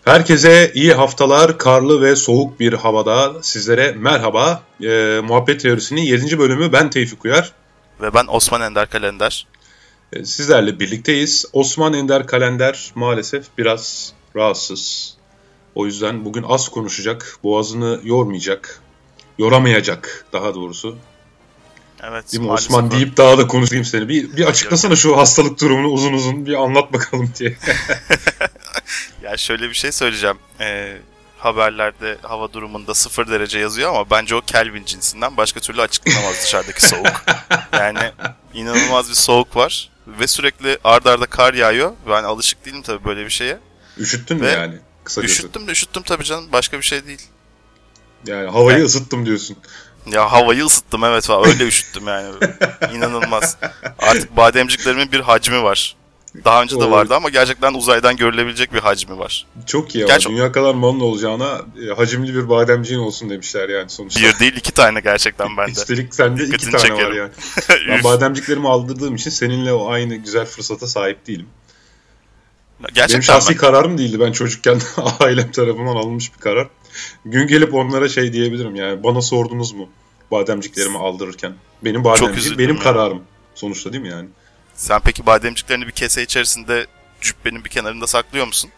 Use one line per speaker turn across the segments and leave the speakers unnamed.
Herkese iyi haftalar, karlı ve soğuk bir havada sizlere merhaba. Muhabbet Teorisi'nin 7. bölümü ben Tevfik Uyar.
Ve ben Osman Ender Kalender.
Sizlerle birlikteyiz. Osman Ender Kalender maalesef biraz rahatsız. O yüzden bugün az konuşacak, boğazını yoramayacak daha doğrusu.
Evet.
Değil mi Osman deyip daha da konuşayım seni. Bir açıklasana şu hastalık durumunu uzun uzun bir anlat bakalım diye.
Ya şöyle bir şey söyleyeceğim. Haberlerde hava durumunda 0 derece yazıyor ama bence o Kelvin cinsinden, başka türlü açıklanamaz dışarıdaki soğuk. Yani inanılmaz bir soğuk var ve sürekli arda arda kar yağıyor. Ben alışık değilim tabii böyle bir şeye.
Üşüttün mü yani? Kısacası.
Üşüttüm tabii canım, başka bir şey değil.
Yani havayı ısıttım diyorsun.
Ya havayı ısıttım, evet, öyle üşüttüm yani. İnanılmaz. Artık bademciklerimin bir hacmi var. Daha önce de vardı ama gerçekten uzaydan görülebilecek bir hacmi var.
Çok iyi ama dünya kadar malın olacağına hacimli bir bademciğin olsun demişler yani sonuçta.
Bir değil 2 tane gerçekten bende.
Üstelik sende 2 tane çekerim var yani. Ben bademciklerimi aldırdığım için seninle o aynı güzel fırsata sahip değilim.
Gerçekten
benim şahsi kararım değildi. Ben çocukken ailem tarafından alınmış bir karar. Gün gelip onlara şey diyebilirim yani, bana sordunuz mu bademciklerimi aldırırken? Benim bademciğim benim kararım sonuçta, değil mi yani?
Sen peki bademciklerini bir kese içerisinde cübbenin bir kenarında saklıyor musun?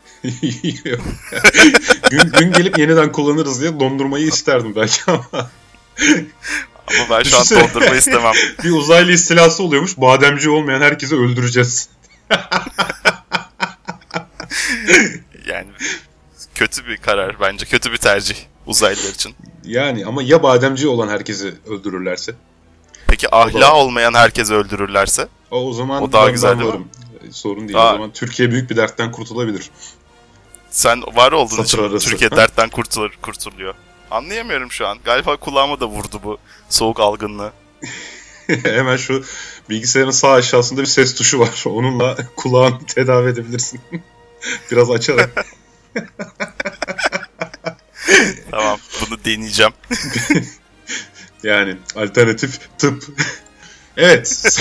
gün gelip yeniden kullanırız diye dondurmayı isterdim belki ama.
Ama ben şu an dondurma istemem.
Bir uzaylı istilası oluyormuş. Bademci olmayan herkesi öldüreceğiz.
Yani kötü bir karar bence. Kötü bir tercih uzaylılar için.
Yani ama ya bademci olan herkesi öldürürlerse?
Peki ahlak olmayan herkesi öldürürlerse?
O zaman
o daha güzel değil
mi? Sorun değil. O zaman Türkiye büyük bir dertten kurtulabilir.
Sen var olduğun
Satır
için
arası.
Türkiye dertten kurtuluyor. Anlayamıyorum şu an. Galiba kulağıma da vurdu bu soğuk algınlığı.
Hemen şu bilgisayarın sağ aşağısında bir ses tuşu var. Onunla kulağını tedavi edebilirsin. Biraz açarak.
Tamam, bunu deneyeceğim.
Yani alternatif tıp. Evet.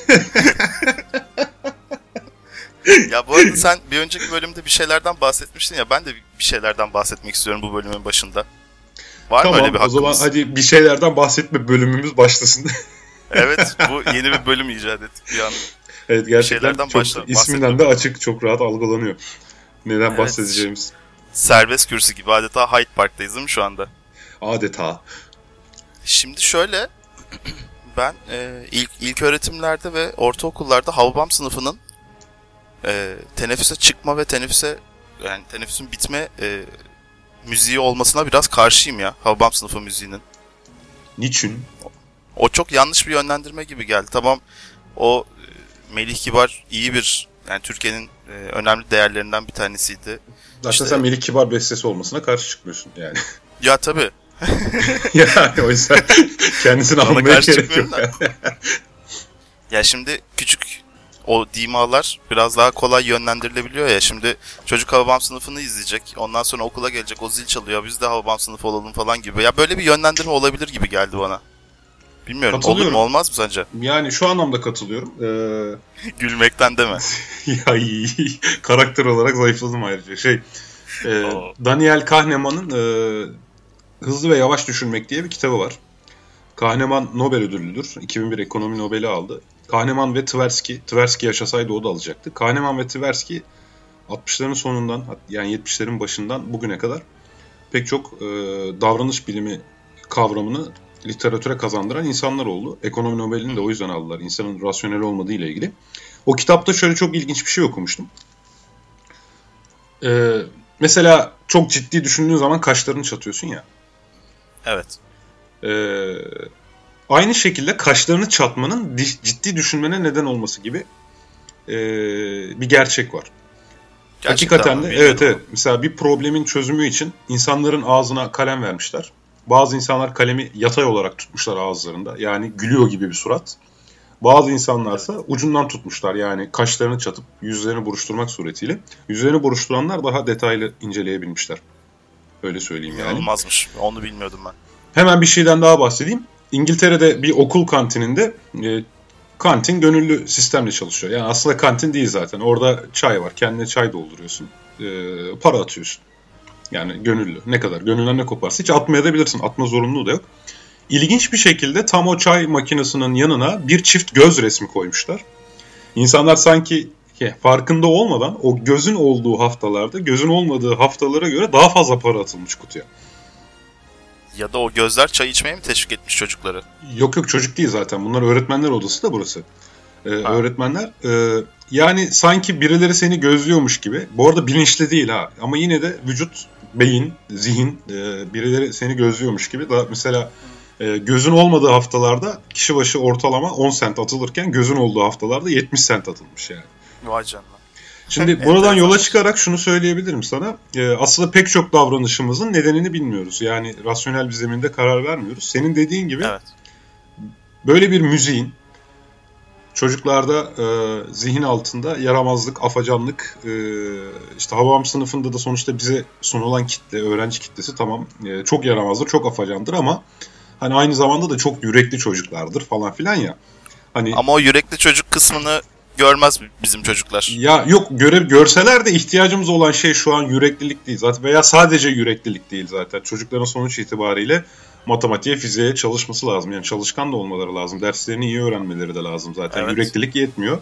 Ya bu arada sen bir önceki bölümde bir şeylerden bahsetmiştin ya, ben de bir şeylerden bahsetmek istiyorum bu bölümün başında. Var mı öyle bir hakkımız?
O zaman hadi bir şeylerden bahsetme bölümümüz başlasın.
Evet, bu yeni bir bölüm icat ettik bir anda.
Evet, gerçekten çok isminden de açık, çok rahat algılanıyor. Neden bahsedeceğimiz.
Serbest kürsü gibi, adeta Hyde Park'tayız değil mi şu anda?
Adeta.
Şimdi şöyle, ben ilk öğretimlerde ve ortaokullarda Hababam sınıfının teneffüse çıkma ve teneffüsün bitme müziği olmasına biraz karşıyım ya, Hababam sınıfı müziğinin.
Niçin?
O çok yanlış bir yönlendirme gibi geldi. Tamam, o Melih Kibar iyi bir, yani Türkiye'nin önemli değerlerinden bir tanesiydi.
Zaten sen Melih Kibar bestesi olmasına karşı çıkmıyorsun yani.
Ya tabii.
Yani o yüzden kendisini almaya gerek yok.
Ya şimdi küçük o dimalar biraz daha kolay yönlendirilebiliyor ya. Şimdi çocuk Hababam sınıfını izleyecek. Ondan sonra okula gelecek, o zil çalıyor. Biz de Hababam sınıfı olalım falan gibi. Ya böyle bir yönlendirme olabilir gibi geldi bana. Bilmiyorum, olur mu olmaz mı sence?
Yani şu anlamda katılıyorum.
Gülmekten deme.
Ya karakter olarak zayıfladım ayrıca. Daniel Kahneman'ın Hızlı ve Yavaş Düşünmek diye bir kitabı var. Kahneman Nobel ödüllüdür. 2001 ekonomi Nobel'i aldı. Kahneman ve Tversky yaşasaydı o da alacaktı. Kahneman ve Tversky 60'ların sonundan, yani 70'lerin başından bugüne kadar pek çok davranış bilimi kavramını literatüre kazandıran insanlar oldu. Ekonomi Nobel'ini de o yüzden aldılar. İnsanın rasyonel olmadığı ile ilgili. O kitapta şöyle çok ilginç bir şey okumuştum. Mesela çok ciddi düşündüğün zaman kaşlarını çatıyorsun ya.
Evet.
Aynı şekilde kaşlarını çatmanın ciddi düşünmene neden olması gibi bir gerçek var. Hakikaten de evet. Mesela bir problemin çözümü için insanların ağzına kalem vermişler. Bazı insanlar kalemi yatay olarak tutmuşlar ağızlarında. Yani gülüyor gibi bir surat. Bazı insanlarsa ucundan tutmuşlar. Yani kaşlarını çatıp yüzlerini buruşturmak suretiyle. Yüzlerini buruşturanlar daha detaylı inceleyebilmişler. Öyle söyleyeyim yani.
Olmazmış. Onu bilmiyordum ben.
Hemen bir şeyden daha bahsedeyim. İngiltere'de bir okul kantininde kantin gönüllü sistemle çalışıyor. Yani aslında kantin değil zaten. Orada çay var. Kendine çay dolduruyorsun. Para atıyorsun. Yani gönüllü. Ne kadar gönülden ne koparsa hiç atmayabilirsin. Atma zorunluluğu da yok. İlginç bir şekilde tam o çay makinesinin yanına bir çift göz resmi koymuşlar. İnsanlar sanki farkında olmadan o gözün olduğu haftalarda gözün olmadığı haftalara göre daha fazla para atılmış kutuya.
Ya da o gözler çay içmeye mi teşvik etmiş çocukları?
Yok çocuk değil zaten. Bunlar öğretmenler odası da burası. Öğretmenler yani sanki birileri seni gözlüyormuş gibi. Bu arada bilinçli değil ha. Ama yine de vücut, beyin, zihin birileri seni gözlüyormuş gibi. Daha mesela gözün olmadığı haftalarda kişi başı ortalama 10 sent atılırken gözün olduğu haftalarda 70 sent atılmış yani.
Vay canına.
Şimdi buradan yola çıkarak şunu söyleyebilirim sana. Aslında pek çok davranışımızın nedenini bilmiyoruz. Yani rasyonel bir zeminde karar vermiyoruz. Senin dediğin gibi böyle bir müziğin çocuklarda zihin altında yaramazlık, afacanlık, işte Hababam sınıfında da sonuçta bize sunulan kitle, öğrenci kitlesi tamam çok yaramazdır, çok afacandır ama hani aynı zamanda da çok yürekli çocuklardır falan filan ya. Hani
ama o yürekli çocuk kısmını görmez bizim çocuklar.
Ya yok görseler de ihtiyacımız olan şey şu an yüreklilik değil zaten veya sadece yüreklilik değil zaten. Çocukların sonuç itibariyle matematiğe, fiziğe çalışması lazım. Yani çalışkan da olmaları lazım. Derslerini iyi öğrenmeleri de lazım zaten. Evet. Yüreklilik yetmiyor.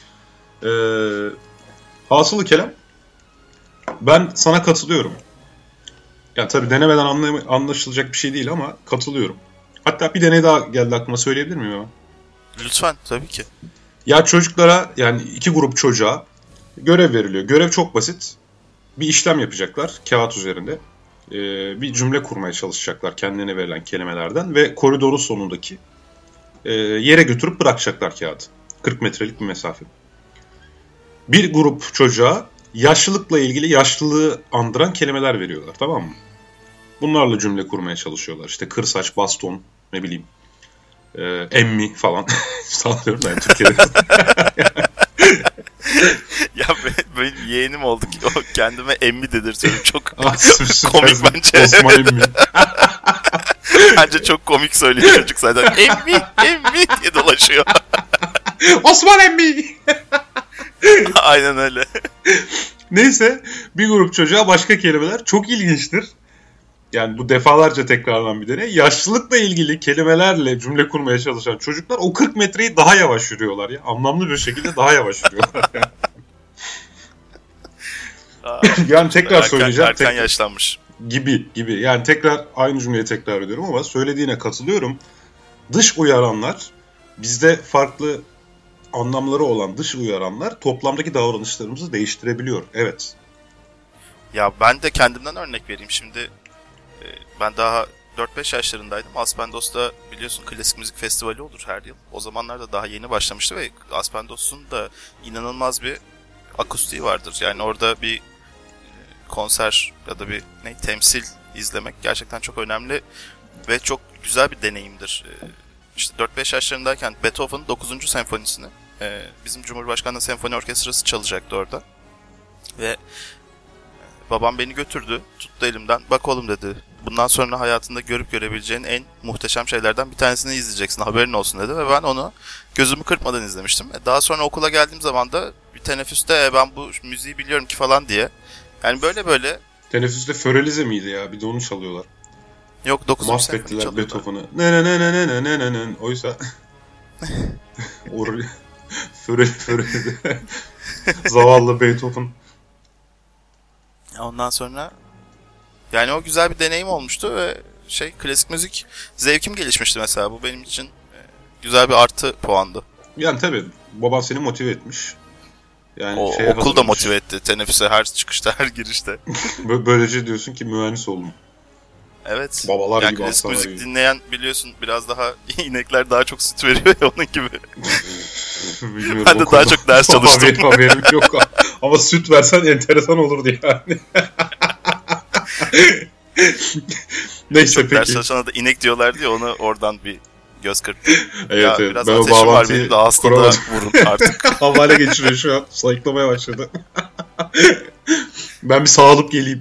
Hasılı kelam ben sana katılıyorum. Yani tabii denemeden anlaşılacak bir şey değil ama katılıyorum. Hatta bir deney daha geldi aklıma, söyleyebilir miyim ama?
Lütfen, tabii ki.
Ya çocuklara, yani iki grup çocuğa görev veriliyor. Görev çok basit. Bir işlem yapacaklar kağıt üzerinde. Bir cümle kurmaya çalışacaklar kendilerine verilen kelimelerden ve koridorun sonundaki yere götürüp bırakacaklar kağıdı. 40 metrelik bir mesafe. Bir grup çocuğa yaşlılıkla ilgili yaşlılığı andıran kelimeler veriyorlar, tamam mı? Bunlarla cümle kurmaya çalışıyorlar. İşte kırsaç, baston, ne bileyim, emmi falan. Sallıyorum ben Türkiye'de.
Ya benim yeğenim oldu ki o kendime emmi dedirtiyorum. Çok
komik bence. Osman emmi.
Bence çok komik söylüyor çocuk zaten. Emmi diye dolaşıyor.
Osman emmi.
Aynen öyle.
Neyse, bir grup çocuğa başka kelimeler çok ilginçtir. Yani bu defalarca tekrarlanan bir deney. Yaşlılıkla ilgili kelimelerle cümle kurmaya çalışan çocuklar o 40 metreyi daha yavaş yürüyorlar ya. Anlamlı bir şekilde daha yavaş yürüyorlar yani. Yani tekrar söyleyeceğim.
Erken yaşlanmış.
Gibi. Yani tekrar aynı cümleyi tekrar ediyorum ama söylediğine katılıyorum. Dış uyaranlar, bizde farklı anlamları olan dış uyaranlar toplamdaki davranışlarımızı değiştirebiliyor. Evet.
Ya ben de kendimden örnek vereyim. Şimdi ben daha 4-5 yaşlarındaydım. Aspendos'ta biliyorsun klasik müzik festivali olur her yıl. O zamanlarda daha yeni başlamıştı ve Aspendos'un da inanılmaz bir akustiği vardır. Yani orada bir konser ya da bir temsil izlemek gerçekten çok önemli ve çok güzel bir deneyimdir. İşte 4-5 yaşlarındayken Beethoven'ın 9. senfonisini bizim Cumhurbaşkanlığı Senfoni Orkestrası çalacaktı orada. Ve babam beni götürdü, tuttu elimden. Bak oğlum dedi, bundan sonra hayatında görüp görebileceğin en muhteşem şeylerden bir tanesini izleyeceksin, haberin olsun dedi. Ve ben onu gözümü kırpmadan izlemiştim. Daha sonra okula geldiğim zaman da bir teneffüste ben bu müziği biliyorum ki falan diye. Yani böyle.
Teneffüste Förelize miydi ya? Bir de onu çalıyorlar.
Yok, 9.
mahvettiler Beethoven'ı. Ne. Oysa Förelize. Zavallı Beethoven.
Ondan sonra yani o güzel bir deneyim olmuştu ve klasik müzik zevkim gelişmişti mesela. Bu benim için güzel bir artı puandı.
Yani tabii baban seni motive etmiş. Yani
okul da motive etti. Teneffüse her çıkışta, her girişte.
Böylece diyorsun ki mühendis oldum.
Evet.
Babalar
yani
gibi,
klasik müzik
gibi
dinleyen biliyorsun biraz daha inekler daha çok süt veriyor ya, onun gibi. Ben de daha çok ders çalıştım.
Haberim yok ama süt versen enteresan olurdu yani. Neyse
çok
peki.
Ders çalışana da inek diyorlar diye onu oradan bir göz kırptı.
Evet.
Biraz ben ateşim var benim de, aslında vurun artık.
Havale geçiriyor şu an. Sayıklamaya başladı. Ben bir sağlıp geleyim.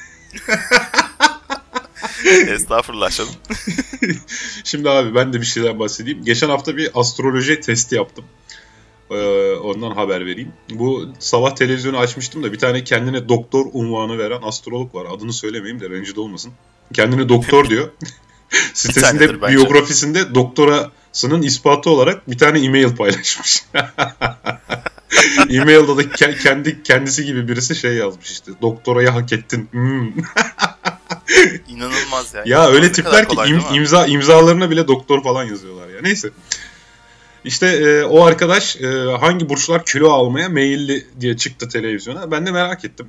Estağfurullah canım.
Şimdi abi ben de bir şeyden bahsedeyim. Geçen hafta bir astroloji testi yaptım. Ondan haber vereyim. Bu sabah televizyonu açmıştım da bir tane kendine doktor unvanı veren astrolog var. Adını söylemeyeyim de rencide olmasın. Kendine doktor diyor. Sitesinde, biyografisinde doktorasının ispatı olarak bir tane e-mail paylaşmış. E-mail'da da kendisi gibi birisi şey yazmış işte. Doktorayı hak ettin.
İnanılmaz yani.
Ya öyle tipler ki imzalarına bile doktor falan yazıyorlar ya. Neyse. İşte o arkadaş hangi burçlar kilo almaya meyilli diye çıktı televizyona. Ben de merak ettim.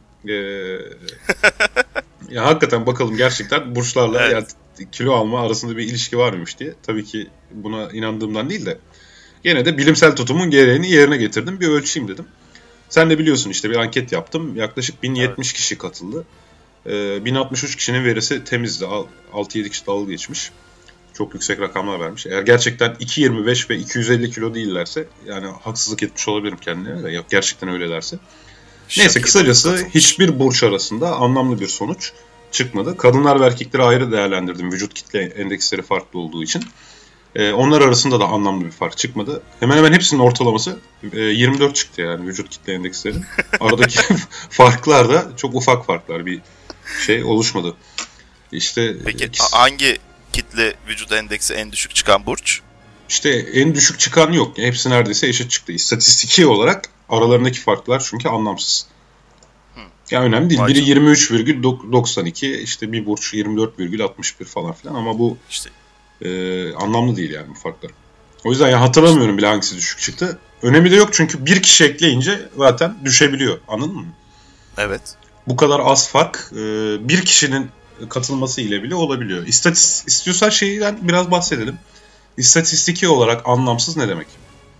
Ya hakikaten bakalım gerçekten burçlarla ya, kilo alma arasında bir ilişki var mıymış diye. Tabii ki buna inandığımdan değil de gene de bilimsel tutumun gereğini yerine getirdim. Bir ölçeyim dedim. Sen de biliyorsun işte bir anket yaptım. Yaklaşık 1070 kişi katıldı. 1063 kişinin verisi temizdi. 6-7 kişi dalga geçmiş. Çok yüksek rakamlar vermiş. Eğer gerçekten 2.25 ve 250 kilo değillerse yani haksızlık etmiş olabilirim kendilerine de. Yok, gerçekten öylelerse. Neyse kısacası hiçbir burç arasında anlamlı bir sonuç çıkmadı. Kadınlar ve erkekleri ayrı değerlendirdim vücut kitle endeksleri farklı olduğu için. Onlar arasında da anlamlı bir fark çıkmadı. Hemen hemen hepsinin ortalaması 24 çıktı yani vücut kitle endeksleri. Aradaki farklar da çok ufak farklar, bir şey oluşmadı. İşte
peki hangi kitle vücut endeksi en düşük çıkan burç?
İşte en düşük çıkan yok. Hepsi neredeyse eşit çıktı. İstatistiki olarak aralarındaki farklar çünkü anlamsız. Yani önemli değil. Biri 23,92 işte bir burç 24,61 falan filan ama bu işte anlamlı değil yani bu farklar. O yüzden ya hatırlamıyorum bile hangisi düşük çıktı. Önemi de yok çünkü bir kişi ekleyince zaten düşebiliyor. Anladın mı?
Evet.
Bu kadar az fark bir kişinin katılması ile bile olabiliyor. İstiyorsan şeyden biraz bahsedelim. İstatistiki olarak anlamsız ne demek?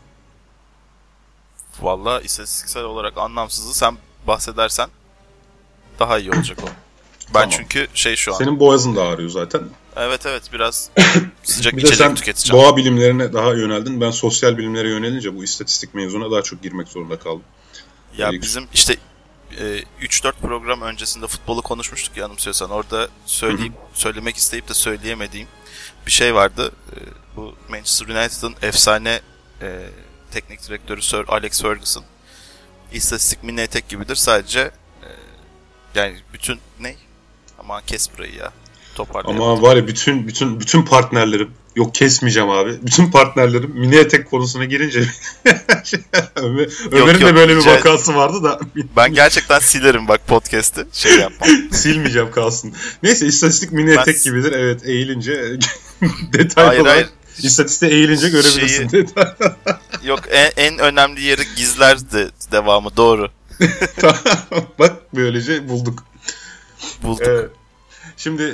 Vallahi istatistiksel olarak anlamsızı sen bahsedersen daha iyi olacak o. Ben tamam. Çünkü şu an...
Senin boğazın da ağrıyor zaten.
Evet biraz sıcak içecek tüketeceğim.
Doğa bilimlerine daha yöneldin. Ben sosyal bilimlere yönelince bu istatistik mevzuna daha çok girmek zorunda kaldım.
Ya bizim işte 3-4 program öncesinde futbolu konuşmuştuk ya, anımsıyorsan. Orada söylemek isteyip de söyleyemediğim bir şey vardı. Bu Manchester United'ın efsane teknik direktörü Sir Alex Ferguson. İstatistik mini etek gibidir. Sadece yani bütün Aman kes burayı ya.
Ama var ya bütün partnerlerim, yok kesmeyeceğim abi. Bütün partnerlerim mini etek konusuna girince Ömer'in de böyle bir vakası vardı da.
Ben gerçekten silerim bak podcast'ı. Yapmam.
Silmeyeceğim, kalsın. Neyse istatistik mini etek gibidir. Evet, eğilince detay olarak. Hayır. İstatistiğe eğilince görebilirsin.
Yok en önemli yeri gizlerdi devamı, doğru.
Bak böylece bulduk. Şimdi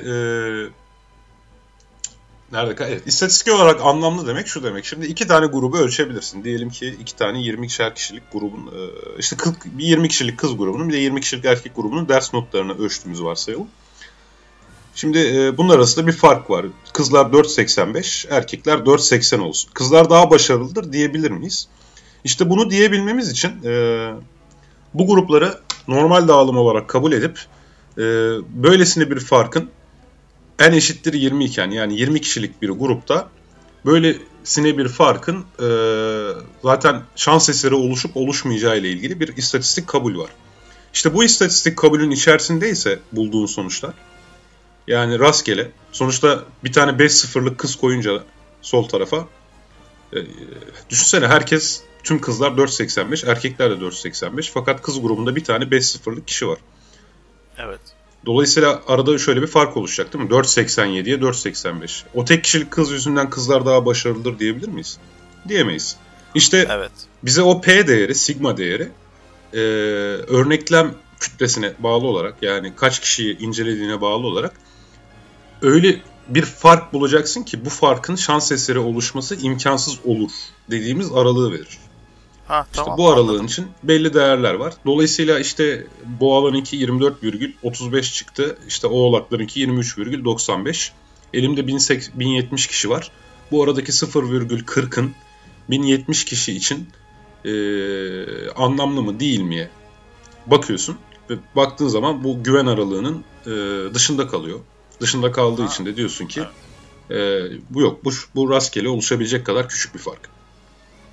nerede? Evet, istatistik olarak anlamlı demek şu demek. Şimdi iki tane grubu ölçebilirsin. Diyelim ki iki tane 20'şer kişilik grubun işte bir 20 kişilik kız grubunun bir de 20 kişilik erkek grubunun ders notlarını ölçtüğümüzü varsayalım. Şimdi bunlar arasında bir fark var. Kızlar 4.85, erkekler 4.80 olsun. Kızlar daha başarılıdır diyebilir miyiz? İşte bunu diyebilmemiz için bu grupları normal dağılım olarak kabul edip böylesine bir farkın en eşittir 20 iken, yani 20 kişilik bir grupta böylesine bir farkın zaten şans eseri oluşup oluşmayacağı ile ilgili bir istatistik kabul var. İşte bu istatistik kabulün içerisindeyse bulduğun sonuçlar, yani rastgele, sonuçta bir tane 5-0'lık kız koyunca sol tarafa düşünsene, tüm kızlar 4.85, erkekler de 4.85, fakat kız grubunda bir tane 5-0'lık kişi var.
Evet.
Dolayısıyla arada şöyle bir fark oluşacak değil mi? 4.87'ye 4.85. O tek kişilik kız yüzünden kızlar daha başarılıdır diyebilir miyiz? Diyemeyiz. İşte bize o P değeri, sigma değeri örneklem kütlesine bağlı olarak, yani kaç kişiyi incelediğine bağlı olarak öyle bir fark bulacaksın ki bu farkın şans eseri oluşması imkansız olur dediğimiz aralığı verir. İşte tamam, bu aralığın için belli değerler var. Dolayısıyla işte boğalarınki 24,35 çıktı. İşte oğlaklarınki 23,95. Elimde 1070 kişi var. Bu aradaki 0,40'ın 1070 kişi için anlamlı mı değil miye bakıyorsun. Ve baktığın zaman bu güven aralığının dışında kalıyor. Dışında kaldığı için de diyorsun ki bu rastgele oluşabilecek kadar küçük bir fark.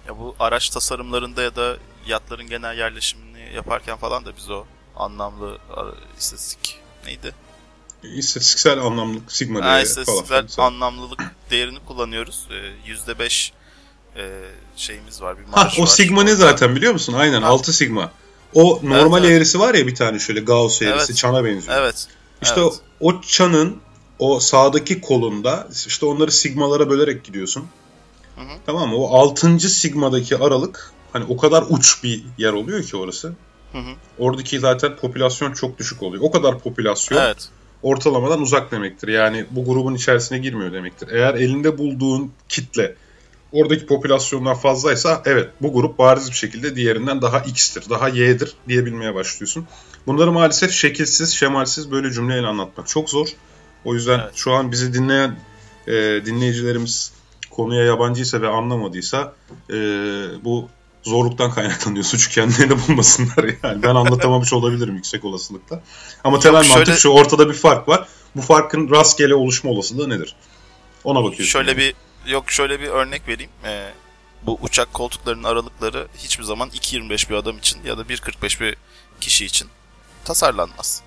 Ya bu araç tasarımlarında ya da yatların genel yerleşimini yaparken falan da biz o anlamlı istatistik neydi?
İstatistiksel anlamlılık sigma değeri
İstatistiksel
falan.
anlamlılık değerini kullanıyoruz. %5 şeyimiz var, bir marj
O
var.
sigma ne zaten biliyor musun? Aynen 6 sigma. O normal
evet.
eğrisi var ya bir tane şöyle Gauss eğrisi, çana benziyor.
Evet.
İşte o çanın o sağdaki kolunda işte onları sigmalara bölerek gidiyorsun. Hı. Tamam mı? O 6. sigmadaki aralık hani o kadar uç bir yer oluyor ki orası. Hı. Oradaki zaten popülasyon çok düşük oluyor. O kadar popülasyon ortalamadan uzak demektir. Yani bu grubun içerisine girmiyor demektir. Eğer elinde bulduğun kitle oradaki popülasyondan fazlaysa evet bu grup bariz bir şekilde diğerinden daha X'tir, daha Y'dir diyebilmeye başlıyorsun. Bunları maalesef şekilsiz, şemalsiz böyle cümleyle anlatmak çok zor. O yüzden şu an bizi dinleyen dinleyicilerimiz konuya yabancıysa ve anlamadıysa bu zorluktan kaynaklanıyor. Suçu kendilerine bulmasınlar yani. Ben anlatamamış olabilirim yüksek olasılıkla. Ama temel mantık şu, ortada bir fark var. Bu farkın rastgele oluşma olasılığı nedir? Ona bakıyorsun.
Şöyle bir örnek vereyim. Bu uçak koltuklarının aralıkları hiçbir zaman 2.25 bir adam için ya da 1.45 bir kişi için tasarlanmaz.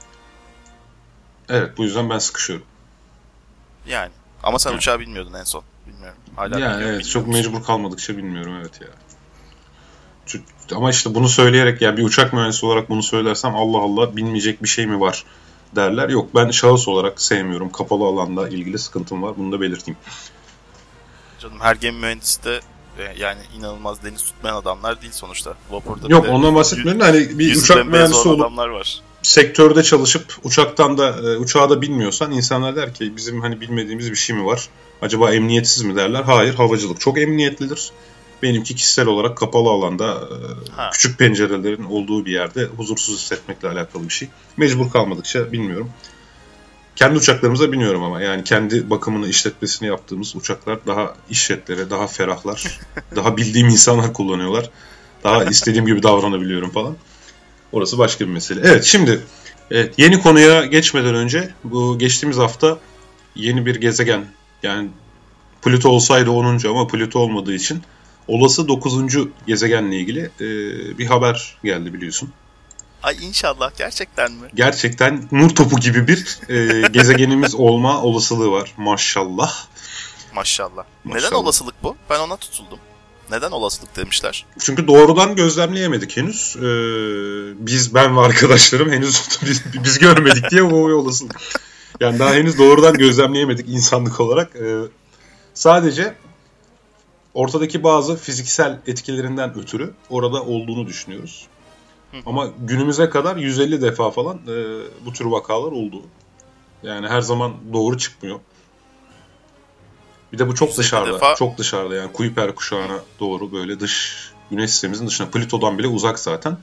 Evet, bu yüzden ben sıkışıyorum.
Yani ama sen uçağı bilmiyordun en son. Bilmiyorum. Hala
yani evet, çok mecbur kalmadıkça bilmiyorum evet ya. Ama işte bunu söyleyerek yani bir uçak mühendisi olarak bunu söylersem Allah Allah bilmeyecek bir şey mi var derler. Yok, ben şahıs olarak sevmiyorum. Kapalı alanda ilgili sıkıntım var. Bunu da belirteyim.
Canım her gemi mühendisi de yani inanılmaz deniz tutmayan adamlar değil sonuçta. Vapurda
yok ondan bahsetmiyorum. Hani bir uçak mühendisi olup var. Sektörde çalışıp uçağı da bilmiyorsan insanlar der ki bizim hani bilmediğimiz bir şey mi var? Acaba emniyetsiz mi derler? Hayır, havacılık çok emniyetlidir. Benimki kişisel olarak kapalı alanda küçük pencerelerin olduğu bir yerde huzursuz hissetmekle alakalı bir şey. Mecbur kalmadıkça bilmiyorum. Kendi uçaklarımıza biniyorum ama yani kendi bakımını, işletmesini yaptığımız uçaklar daha işletlere, daha ferahlar, daha bildiğim insanlar kullanıyorlar. Daha istediğim gibi davranabiliyorum falan. Orası başka bir mesele. Evet, şimdi yeni konuya geçmeden önce bu geçtiğimiz hafta yeni bir gezegen, yani Plüto olsaydı 10. ama Plüto olmadığı için olası 9. gezegenle ilgili bir haber geldi biliyorsun.
Ay inşallah, gerçekten mi?
Gerçekten nur topu gibi bir gezegenimiz olma olasılığı var Maşallah.
Maşallah. Neden olasılık bu? Ben ona tutuldum. Neden olasılık demişler?
Çünkü doğrudan gözlemleyemedik henüz. Ben ve arkadaşlarım henüz biz görmedik diye bu olasılık. Yani daha henüz doğrudan gözlemleyemedik insanlık olarak. Sadece ortadaki bazı fiziksel etkilerinden ötürü orada olduğunu düşünüyoruz. Ama günümüze kadar 150 defa falan bu tür vakalar oldu. Yani her zaman doğru çıkmıyor. Bir de bu çok dışarıda. Çok dışarıda yani Kuiper kuşağına doğru böyle Güneş sistemimizin dışına. Plüto'dan bile uzak zaten.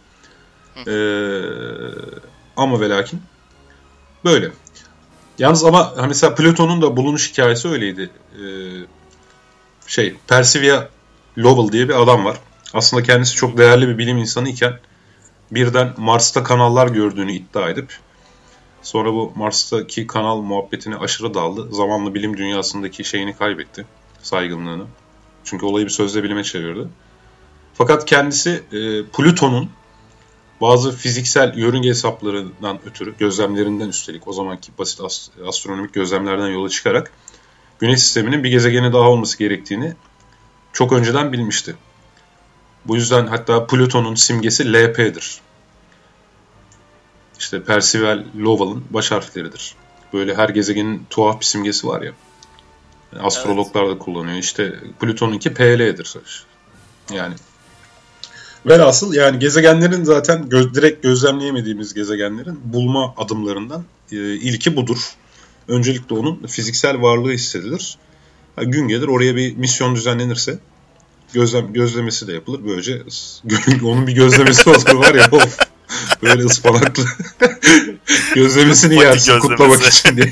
Ama ve lakin böyle. Yalnız ama mesela Plüton'un da bulunuş hikayesi öyleydi. Percival Lowell diye bir adam var. Aslında kendisi çok değerli bir bilim insanı iken birden Mars'ta kanallar gördüğünü iddia edip sonra bu Mars'taki kanal muhabbetine aşırı daldı. Zamanla bilim dünyasındaki şeyini kaybetti. Saygınlığını. Çünkü olayı bir sözde bilime çevirdi. Fakat kendisi Plüton'un bazı fiziksel yörünge hesaplarından ötürü, gözlemlerinden üstelik o zamanki basit astronomik gözlemlerden yola çıkarak Güneş sisteminin bir gezegeni daha olması gerektiğini çok önceden bilmişti. Bu yüzden hatta Plüton'un simgesi LP'dir. İşte Percival Lowell'ın baş harfleridir. Böyle her gezegenin tuhaf bir simgesi var ya. Yani astrologlar da kullanıyor. İşte Plüton'unki PL'dir. Yani velhasıl yani gezegenlerin zaten direkt gözlemleyemediğimiz gezegenlerin bulma adımlarından ilki budur. Öncelikle onun fiziksel varlığı hissedilir. Gün gelir oraya bir misyon düzenlenirse gözlemesi de yapılır. Böylece onun bir gözlemesi olur var ya of, böyle ıspanaklı gözlemesini yersin kutlamak için diye.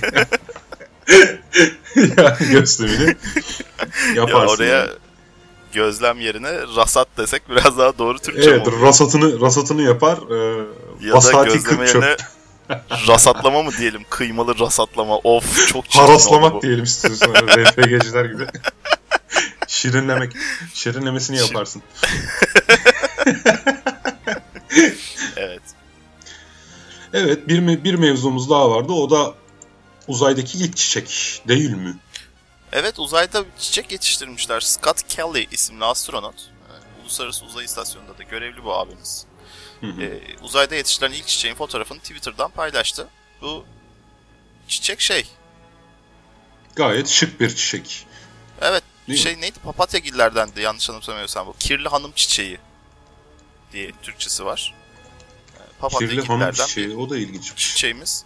Yani gözlemini yaparsın.
Ya oraya yani. Gözlem yerine rasat desek biraz daha doğru Türkçe
evet, olur. Rasatını yapar.
Ya da gözleme yerine rasatlama mı diyelim? Kıymalı rasatlama. Of çok çirkin
haraslamak diyelim istiyorsun. RPG'ciler gibi. Şirinlemesini yaparsın.
Evet.
Evet, bir mevzumuz daha vardı. O da uzaydaki ilk çiçek değil mi?
Evet, uzayda çiçek yetiştirmişler. Scott Kelly isimli astronot. Uluslararası Uzay İstasyonu'nda da görevli bu abimiz. Uzayda yetiştirilen ilk çiçeğin fotoğrafını Twitter'dan paylaştı. Bu çiçek
Gayet şık bir çiçek.
Evet, neydi? Papatyagillerdendi yanlış anımsamıyorsam bu. Kirli hanım çiçeği diye Türkçesi var.
Kirli hanım çiçeği, o da ilginç bir
çiçeğimiz.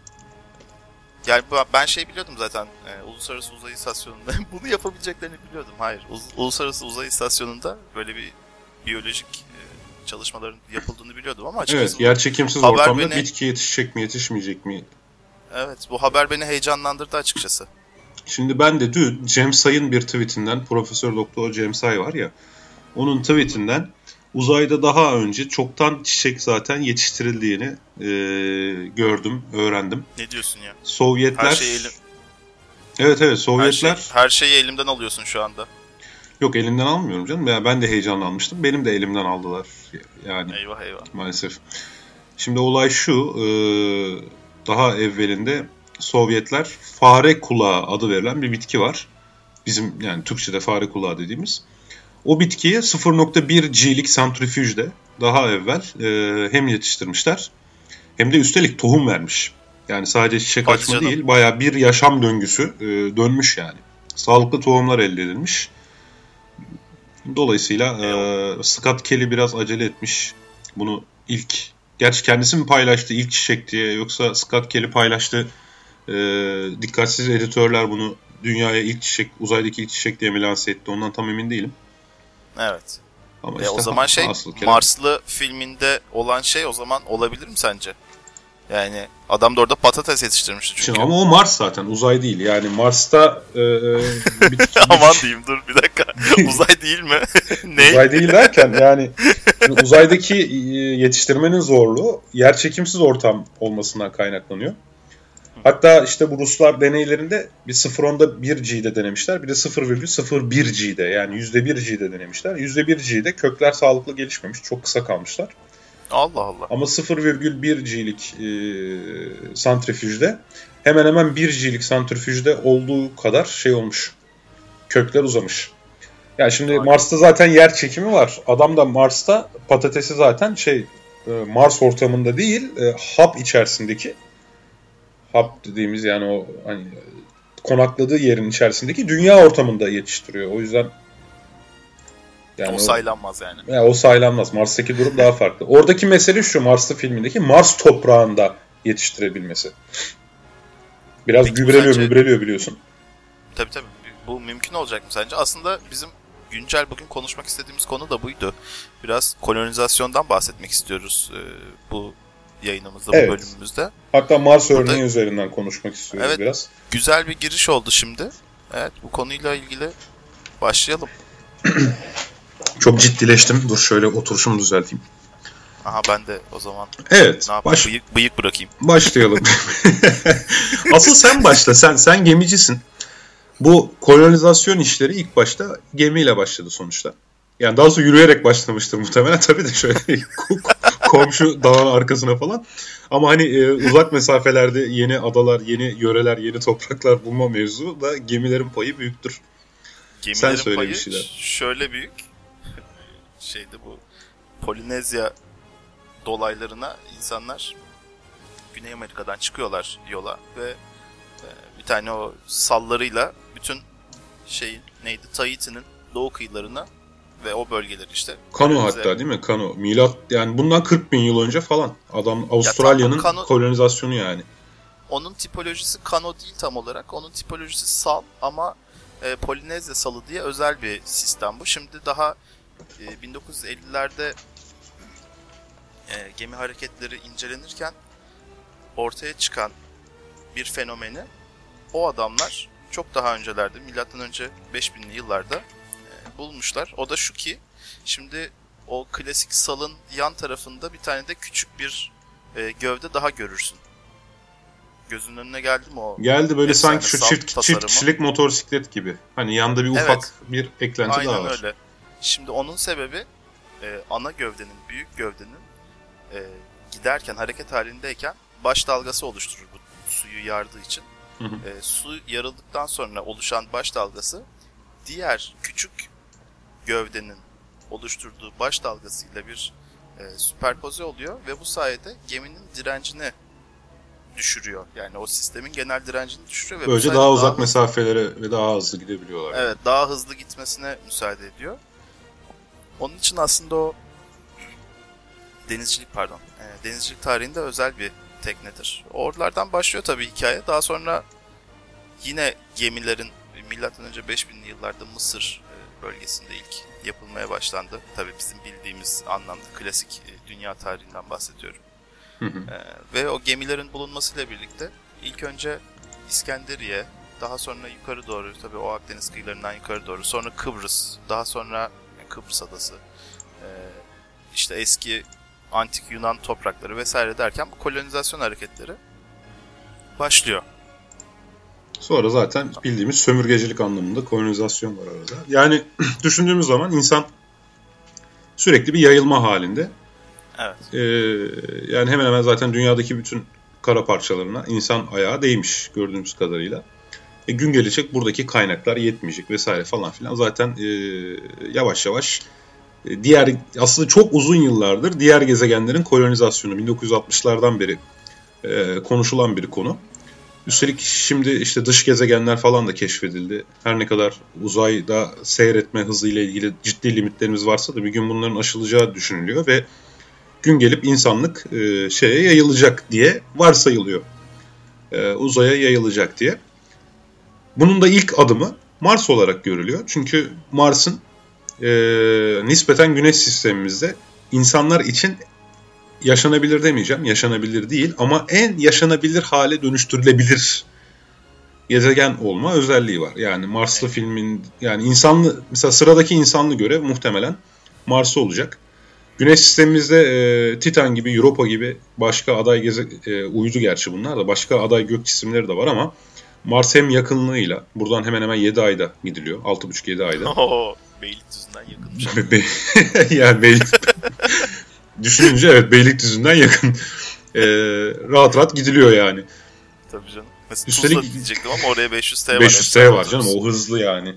Yani ben biliyordum zaten. Uluslararası Uzay İstasyonu'nda bunu yapabileceklerini biliyordum. Hayır. Uluslararası Uzay İstasyonu'nda böyle bir biyolojik çalışmaların yapıldığını biliyordum ama açıkçası...
Evet, yerçekimsiz ortamda bitki yetişecek mi, yetişmeyecek mi?
Evet, bu haber beni heyecanlandırdı açıkçası.
Şimdi ben de dün Cem Say'ın bir tweetinden, Profesör Doktor Cem Say var ya, onun tweetinden uzayda daha önce çoktan çiçek zaten yetiştirildiğini gördüm, öğrendim.
Ne diyorsun ya?
Sovyetler... Evet, Sovyetler...
Her şeyi elimden alıyorsun şu anda.
Yok, elimden almıyorum canım. Ben de heyecanlanmıştım. Benim de elimden aldılar. Yani
eyvah.
Maalesef. Şimdi olay şu. Daha evvelinde Sovyetler fare kulağı adı verilen bir bitki var. Bizim yani Türkçe'de fare kulağı dediğimiz. O bitkiyi 0.1 G'lik santrifüjde daha evvel hem yetiştirmişler hem de üstelik tohum vermiş. Yani sadece çiçek açma değil, bayağı bir yaşam döngüsü dönmüş yani. Sağlıklı tohumlar elde edilmiş. Dolayısıyla Scott Kelly biraz acele etmiş. Bunu gerçi kendisi mi paylaştı ilk çiçek diye, yoksa Scott Kelly paylaştı. Dikkatsiz editörler bunu dünyaya ilk çiçek, uzaydaki ilk çiçek diye mi lanse etti, ondan tam emin değilim.
Evet.
Ama işte
o zaman Marslı filminde olan o zaman olabilir mi sence? Yani adam da orada patates yetiştirmişti çünkü.
Şimdi, ama o Mars zaten, uzay değil. Yani Mars'ta...
Aman diyeyim, dur bir dakika. Uzay değil mi? Ne?
Uzay değil derken yani uzaydaki yetiştirmenin zorluğu yerçekimsiz ortam olmasından kaynaklanıyor. Hatta işte bu Ruslar deneylerinde bir 0.1 G'de denemişler. Bir de 0.01 G'de, yani %1 G'de denemişler. %1 G'de kökler sağlıklı gelişmemiş. Çok kısa kalmışlar.
Allah Allah.
Ama 0.1 G'lik santrifüjde hemen hemen 1 G'lik santrifüjde olduğu kadar olmuş. Kökler uzamış. Yani şimdi aynen. Mars'ta zaten yer çekimi var. Adam da Mars'ta patatesi zaten Mars ortamında değil, hap içerisindeki, hap dediğimiz yani o hani konakladığı yerin içerisindeki dünya ortamında yetiştiriyor. O yüzden
yani o saylanmaz yani.
O saylanmaz. Mars'taki durum daha farklı. Oradaki mesele şu, Mars'ta filmindeki Mars toprağında yetiştirebilmesi. Biraz peki, gübreliyor biliyorsun.
Tabii. Bu mümkün olacak mı sence? Aslında bizim güncel bugün konuşmak istediğimiz konu da buydu. Biraz kolonizasyondan bahsetmek istiyoruz bu yayınımızda, bu bölümümüzde.
Hatta Mars örneği üzerinden konuşmak istiyoruz biraz.
Güzel bir giriş oldu şimdi. Evet, bu konuyla ilgili başlayalım.
Çok ciddileştim. Dur şöyle oturuşumu düzelteyim.
Aha, ben de o zaman.
Evet.
Ne yapayım? Bıyık bırakayım.
Başlayalım. Asıl sen başla. Sen gemicisin. Bu kolonizasyon işleri ilk başta gemiyle başladı sonuçta. Yani daha sonra yürüyerek başlamıştır muhtemelen. Tabii de şöyle komşu dağın arkasına falan. Ama hani uzak mesafelerde yeni adalar, yeni yöreler, yeni topraklar bulma mevzu da gemilerin payı büyüktür.
Gemilerin sen söyle payı bir şeyler. Şöyle büyük. Bu Polinezya dolaylarına insanlar Güney Amerika'dan çıkıyorlar yola ve bir tane o sallarıyla bütün Tahiti'nin doğu kıyılarına ve o bölgeleri işte.
Kano hatta değil mi? Kano. Milat yani bundan 40 bin yıl önce falan. Adam Avustralya'nın kolonizasyonu yani.
Onun tipolojisi kano değil tam olarak. Onun tipolojisi sal ama Polinezya salı diye özel bir sistem bu. Şimdi daha 1950'lerde gemi hareketleri incelenirken ortaya çıkan bir fenomeni o adamlar çok daha öncelerde, milattan önce 5000'li yıllarda bulmuşlar. O da şu ki, şimdi o klasik salın yan tarafında bir tane de küçük bir gövde daha görürsün. Gözünün önüne geldi mi o?
Geldi böyle sanki şu çift kişilik motosiklet gibi. Hani yanında bir ufak bir eklenti
aynen
daha var.
Aynen öyle. Şimdi onun sebebi ana gövdenin, büyük gövdenin giderken, hareket halindeyken baş dalgası oluşturur bu suyu yardığı için. Su yarıldıktan sonra oluşan baş dalgası diğer küçük gövdenin oluşturduğu baş dalgasıyla bir süperpoze oluyor ve bu sayede geminin direncini düşürüyor. Yani o sistemin genel direncini düşürüyor. Ve
böylece daha uzak mesafelere ve daha hızlı gidebiliyorlar.
Evet, daha hızlı gitmesine müsaade ediyor. Onun için aslında o denizcilik tarihinde özel bir teknedir. Oralardan başlıyor tabii hikaye. Daha sonra yine gemilerin M.Ö. 5000'li yıllarda Mısır bölgesinde ilk yapılmaya başlandı. Tabii bizim bildiğimiz anlamda klasik dünya tarihinden bahsediyorum. Ve o gemilerin bulunmasıyla birlikte ilk önce İskenderiye, daha sonra yukarı doğru, tabii o Akdeniz kıyılarından yukarı doğru, sonra Kıbrıs, daha sonra Kıbrıs adası, işte eski antik Yunan toprakları vesaire derken bu kolonizasyon hareketleri başlıyor.
Sonra zaten bildiğimiz sömürgecilik anlamında kolonizasyon var arada. Yani düşündüğümüz zaman insan sürekli bir yayılma halinde.
Evet.
Yani hemen hemen zaten dünyadaki bütün kara parçalarına insan ayağı değmiş gördüğümüz kadarıyla. Gün gelecek buradaki kaynaklar yetmeyecek vesaire falan filan. Zaten yavaş yavaş diğer, aslında çok uzun yıllardır diğer gezegenlerin kolonizasyonu 1960'lardan beri konuşulan bir konu. Üstelik şimdi işte dış gezegenler falan da keşfedildi. Her ne kadar uzayda seyretme hızıyla ilgili ciddi limitlerimiz varsa da bir gün bunların aşılacağı düşünülüyor ve gün gelip insanlık şeye yayılacak diye varsayılıyor. Uzaya yayılacak diye. Bunun da ilk adımı Mars olarak görülüyor. Çünkü Mars'ın nispeten Güneş sistemimizde insanlar için yaşanabilir demeyeceğim, yaşanabilir değil ama en yaşanabilir hale dönüştürülebilir gezegen olma özelliği var. Yani Marslı filmin, yani insanlı, mesela sıradaki insanlı görev muhtemelen Mars'ı olacak. Güneş sistemimizde Titan gibi, Europa gibi başka aday uydu, gerçi bunlar da başka aday gök cisimleri de var ama Mars hem yakınlığıyla buradan hemen hemen 7 ayda gidiliyor. 6,5-7 ayda.
Beylikdüzü'nden yakınmış.
Yani düşününce evet, Beylikdüzü'nden yakın. Rahat rahat gidiliyor yani.
Tabii canım. Mesela üstelik diyecektim ama oraya 500T var.
500T var canım, o hızlı yani.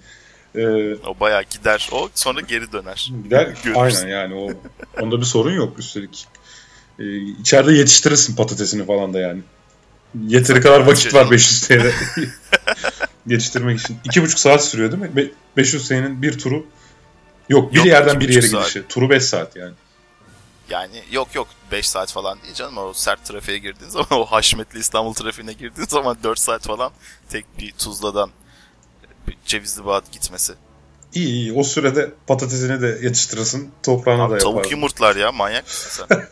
O bayağı gider. O sonra geri döner.
Gider. Aynen yani onda bir sorun yok üstelik. İçeride yetiştirirsin patatesini falan da yani. Yeteri kadar vakit var 500T'de yetiştirmek için. 2,5 saat sürüyor değil mi? 500T'nin bir turu yok. Bir yerden bir yere gidişi. Turu 5 saat yani.
Yani yok 5 saat falan değil canım. O sert trafiğe girdiğin zaman, o haşmetli İstanbul trafiğine girdiğin zaman 4 saat falan tek bir Tuzla'dan Cevizlibaat gitmesi.
İyi. O sürede patatesini de yetiştirirsin. Toprağına da yaparsın.
Tavuk yumurtlar ya, manyak mısın sen?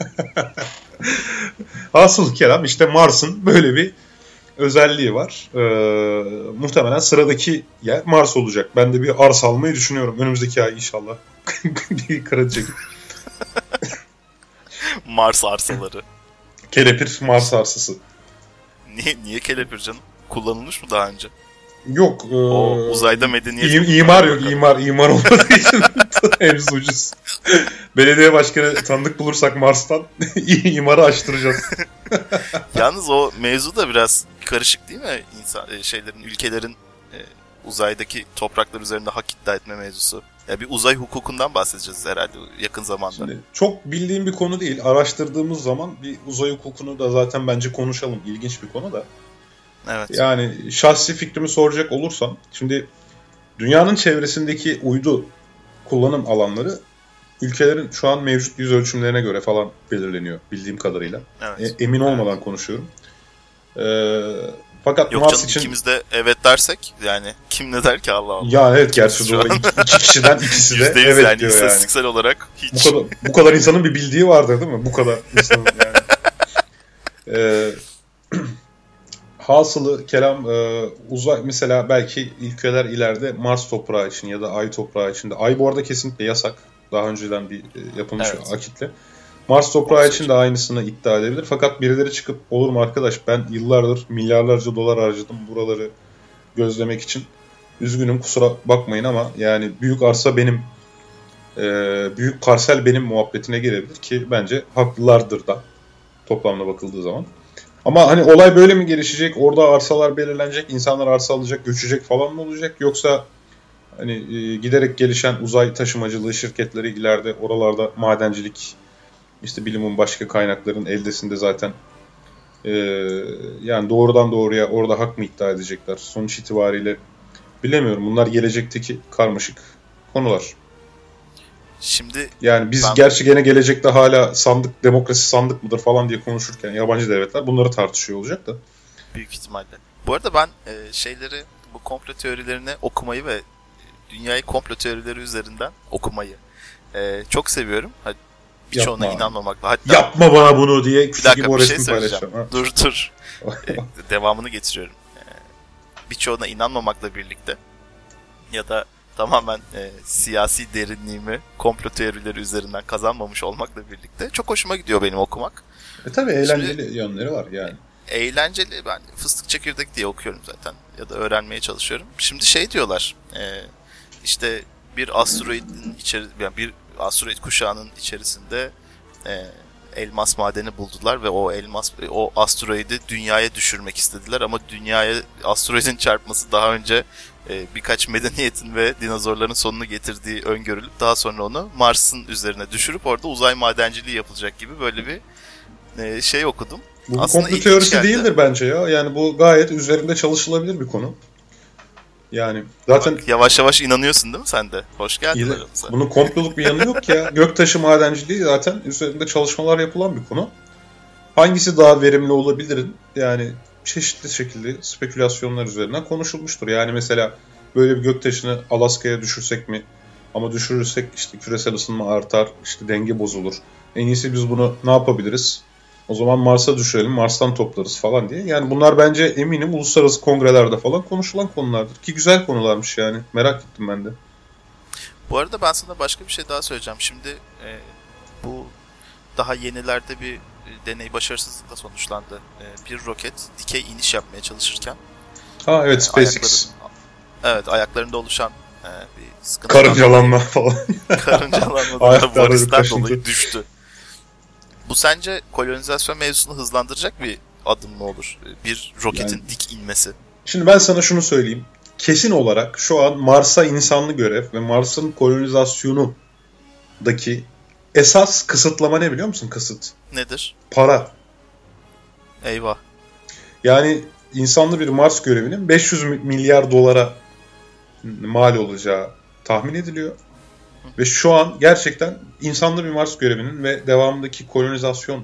Hasıl kelam işte Mars'ın böyle bir özelliği var. Muhtemelen sıradaki yer Mars olacak. Ben de bir arsa almayı düşünüyorum. Önümüzdeki ay inşallah. Bir kredi çekip.
Mars arsaları.
Kelepir Mars arsası.
Niye kelepir canım? Kullanılmış mı daha önce?
Yok.
Uzayda medeniyet.
İmar yok. İmar olmadığı için henüz ucuz. Belediye başkanı tanıdık bulursak Mars'tan imarı açtıracağız.
Yalnız o mevzu da biraz karışık değil mi? Ülkelerin uzaydaki topraklar üzerinde hak iddia etme mevzusu. Ya bir uzay hukukundan bahsedeceğiz herhalde yakın zamanda.
Şimdi, çok bildiğim bir konu değil. Araştırdığımız zaman bir uzay hukukunu da zaten bence konuşalım. İlginç bir konu da.
Evet.
Yani şahsi fikrimi soracak olursam, şimdi dünyanın çevresindeki uydu kullanım alanları ülkelerin şu an mevcut yüz ölçümlerine göre falan belirleniyor bildiğim kadarıyla.
Evet.
Emin olmadan konuşuyorum. Fakat
yok
Mars
canım,
için
ikimiz de evet dersek yani kim ne der ki, Allah Allah.
Ya evet, gerçi doğru. İki kişiden ikisi de evet
yani,
diyor
istatistiksel olarak hiç.
Bu kadar insanın bir bildiği vardır değil mi? Bu kadar insanın yani. Hasılı kelam uzay, mesela belki ülkeler ileride Mars toprağı için ya da Ay toprağı için de, Ay bu arada kesinlikle yasak. Daha önceden bir yapılmış bir akitle. Mars toprağı için de aynısını iddia edebilir. Fakat birileri çıkıp olur mu arkadaş ben yıllardır milyarlarca dolar harcadım buraları gözlemek için. Üzgünüm kusura bakmayın ama yani büyük arsa benim, büyük parsel benim muhabbetine gelebilir ki bence haklılardır da toplamda bakıldığı zaman. Ama hani olay böyle mi gelişecek? Orada arsalar belirlenecek, insanlar arsa alacak, göçecek falan mı olacak? Yoksa hani giderek gelişen uzay taşımacılığı şirketleri ileride oralarda madencilik, işte bilimin başka kaynakların eldesinde zaten yani doğrudan doğruya orada hak mı iddia edecekler? Sonuç itibariyle bilemiyorum. Bunlar gelecekteki karmaşık konular.
Şimdi
yani biz gerçi gene gelecekte hala sandık, demokrasi sandık mıdır falan diye konuşurken yabancı devletler bunları tartışıyor olacak da.
Büyük ihtimalle. Bu arada ben bu komplo teorilerini okumayı ve dünyayı komplo teorileri üzerinden okumayı çok seviyorum. Birçoğuna inanmamakla. Hatta
yapma bana bunu diye küçük gibi o resmi
paylaşacağım. Dur. Devamını getiriyorum. Birçoğuna inanmamakla birlikte ya da tamamen siyasi derinliğimi komplo teorileri üzerinden kazanmamış olmakla birlikte çok hoşuma gidiyor benim okumak.
Tabii eğlenceli yönleri var yani.
Eğlenceli, ben fıstık çekirdek diye okuyorum zaten ya da öğrenmeye çalışıyorum. Şimdi diyorlar işte bir asteroidin yani bir asteroid kuşağının içerisinde elmas madeni buldular ve o asteroidi dünyaya düşürmek istediler ama dünyaya asteroidin çarpması daha önce birkaç medeniyetin ve dinozorların sonunu getirdiği öngörülüp daha sonra onu Mars'ın üzerine düşürüp orada uzay madenciliği yapılacak gibi böyle bir okudum.
Bu komplo teorisi değildir bence ya. Yani bu gayet üzerinde çalışılabilir bir konu. Yani zaten
bak, yavaş yavaş inanıyorsun değil mi sen de? Hoş geldin.
Bunun komploluk bir yanı yok ya. Göktaşı madenciliği zaten üzerinde çalışmalar yapılan bir konu. Hangisi daha verimli olabilir? Yani çeşitli şekilde spekülasyonlar üzerinden konuşulmuştur. Yani mesela böyle bir göktaşını Alaska'ya düşürsek mi? Ama düşürürsek işte küresel ısınma artar, işte denge bozulur. En iyisi biz bunu ne yapabiliriz? O zaman Mars'a düşürelim, Mars'tan toplarız falan diye. Yani bunlar bence eminim uluslararası kongrelerde falan konuşulan konulardır. Ki güzel konularmış yani. Merak ettim ben de.
Bu arada ben sana başka bir şey daha söyleyeceğim. Şimdi bu daha yenilerde bir deney başarısızlıkla sonuçlandı. Bir roket dikey iniş yapmaya çalışırken.
Evet, SpaceX.
Ayaklarında oluşan bir sıkıntı.
Karıncalanma falan.
Karıncalanmadan varisler dolayı düştü. Bu sence kolonizasyon mevzusunu hızlandıracak bir adım mı olur? Bir roketin dik inmesi.
Şimdi ben sana şunu söyleyeyim. Kesin olarak şu an Mars'a insanlı görev ve Mars'ın kolonizasyonundaki esas kısıtlama ne biliyor musun? Kısıt.
Nedir?
Para.
Eyvah.
Yani insanlı bir Mars görevinin 500 milyar dolara mal olacağı tahmin ediliyor. Ve şu an gerçekten insanlı bir Mars görevinin ve devamındaki kolonizasyon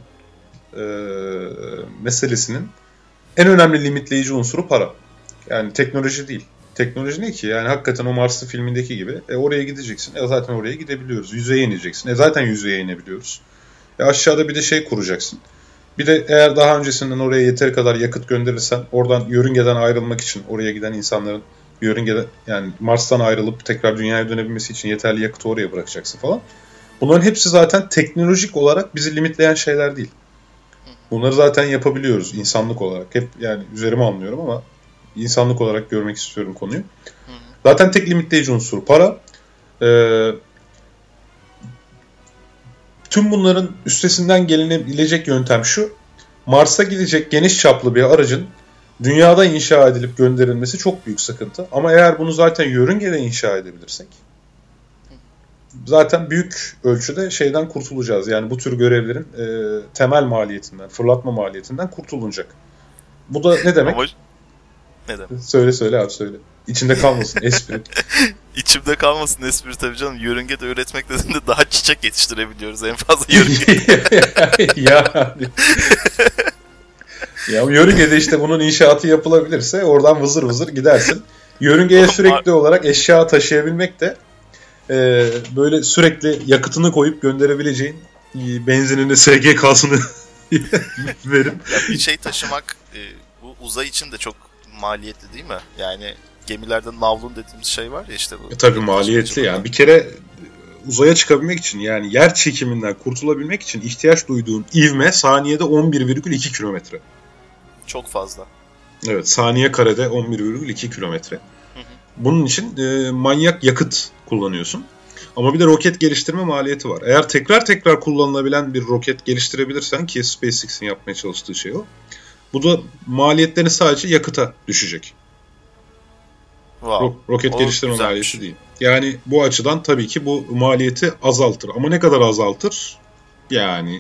meselesinin en önemli limitleyici unsuru para. Yani teknoloji değil. Teknoloji ne ki? Yani hakikaten o Mars'lı filmindeki gibi. Oraya gideceksin. Zaten oraya gidebiliyoruz. Yüzeye ineceksin. Zaten yüzeye inebiliyoruz. Aşağıda bir de şey kuracaksın. Bir de eğer daha öncesinden oraya yeteri kadar yakıt gönderirsen oradan yörüngeden ayrılmak için oraya giden insanların yörüngeden yani Mars'tan ayrılıp tekrar dünyaya dönebilmesi için yeterli yakıtı oraya bırakacaksın falan. Bunların hepsi zaten teknolojik olarak bizi limitleyen şeyler değil. Bunları zaten yapabiliyoruz insanlık olarak. Hep yani üzerime almıyorum ama insanlık olarak görmek istiyorum konuyu. Zaten tek limitleyici unsur para. Tüm bunların üstesinden gelinebilecek yöntem şu. Mars'a gidecek geniş çaplı bir aracın dünyada inşa edilip gönderilmesi çok büyük sıkıntı. Ama eğer bunu zaten yörüngede inşa edebilirsek zaten büyük ölçüde şeyden kurtulacağız. Yani bu tür görevlerin temel maliyetinden, fırlatma maliyetinden kurtulunacak. Bu da ne demek?
Ama ne demek?
Söyle abi söyle. İçinde kalmasın espri.
İçimde kalmasın espri tabii canım. Yörüngede üretmek dediğinde daha çiçek yetiştirebiliyoruz en fazla yörüngede.
Ya yörüngede işte bunun inşaatı yapılabilirse oradan vızır vızır gidersin. Yörüngeye sürekli olarak eşya taşıyabilmek de böyle sürekli yakıtını koyup gönderebileceğin benzinini, SGK'sını verip.
Bir şey taşımak bu uzay için de çok maliyetli değil mi? Yani gemilerde navlun dediğimiz şey var ya işte bu.
Tabii maliyetli yani. Bir kere uzaya çıkabilmek için, yani yer çekiminden kurtulabilmek için ihtiyaç duyduğun ivme saniyede 11,2 kilometre.
Çok fazla.
Evet, saniye karede 11,2 kilometre. Bunun için manyak yakıt kullanıyorsun. Ama bir de roket geliştirme maliyeti var. Eğer tekrar kullanılabilen bir roket geliştirebilirsen, ki SpaceX'in yapmaya çalıştığı şey o, bu da maliyetlerini sadece yakıta düşecek.
Wow.
Roket geliştirme maliyeti değil. Yani bu açıdan tabii ki bu maliyeti azaltır. Ama ne kadar azaltır? Yani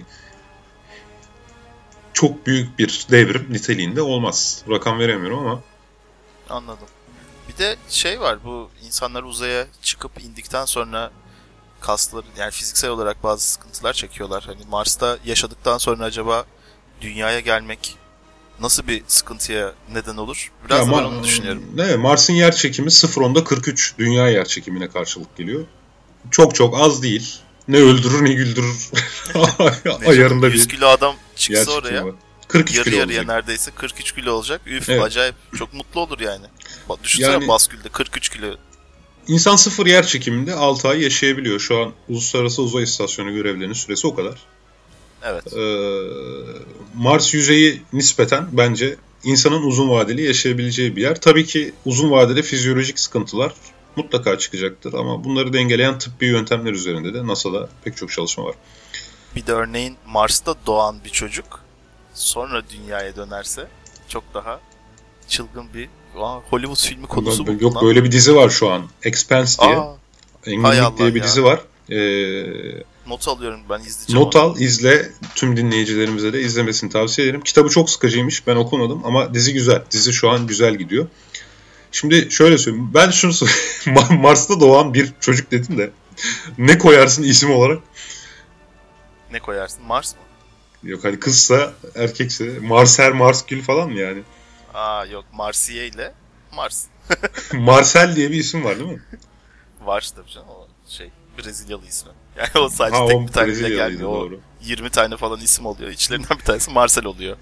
çok büyük bir devrim niteliğinde olmaz. Rakam veremiyorum ama.
Anladım. Bir de şey var, bu insanlar uzaya çıkıp indikten sonra kasları, yani fiziksel olarak bazı sıkıntılar çekiyorlar. Hani Mars'ta yaşadıktan sonra acaba dünyaya gelmek nasıl bir sıkıntıya neden olur? Biraz da ben onu düşünüyorum.
Ne, Mars'ın yer çekimi 0.43 dünya yer çekimine karşılık geliyor. Çok az değil. Ne öldürür ne güldürür. Ayarında
100 kilo adam çıksa oraya
43
yarı
kilo
yarıya
olacak.
neredeyse 43 kilo olacak.
Evet.
Acayip çok mutlu olur yani. Düşünsene
Yani,
baskülde 43 kilo.
İnsan sıfır yer çekiminde 6 ay yaşayabiliyor. Şu an Uluslararası Uzay İstasyonu görevlilerinin süresi o kadar.
Evet.
Mars yüzeyi nispeten bence insanın uzun vadeli yaşayabileceği bir yer. Tabii ki uzun vadede fizyolojik sıkıntılar mutlaka çıkacaktır ama bunları dengeleyen tıbbi yöntemler üzerinde de NASA'da pek çok çalışma var.
Bir de örneğin Mars'ta doğan bir çocuk sonra dünyaya dönerse çok daha çılgın bir Hollywood filmi konusu bu.
Yok, böyle bir dizi var şu an. Expanse diye. Enginlik diye bir dizi var.
Not alıyorum, ben izleyeceğim.
Not al, izle. Tüm dinleyicilerimize de izlemesini tavsiye ederim. Kitabı çok sıkıcıymış. Ben okumadım ama dizi güzel. Dizi şu an güzel gidiyor. Şimdi şöyle söyleyeyim. Ben şunu Mars'ta doğan bir çocuk dedim de ne koyarsın isim olarak?
Ne koyarsın? Mars mı?
Yok, hani kızsa erkekse Marser, Marsgül falan mı yani?
Yok, Marsiye ile Mars.
Marcel diye bir isim var değil mi?
Var tabii canım, o Brezilyalı ismi. Yani o sadece tek bir taneyle gelmiyor. O 20 tane falan isim oluyor. İçlerinden bir tanesi Marcel oluyor.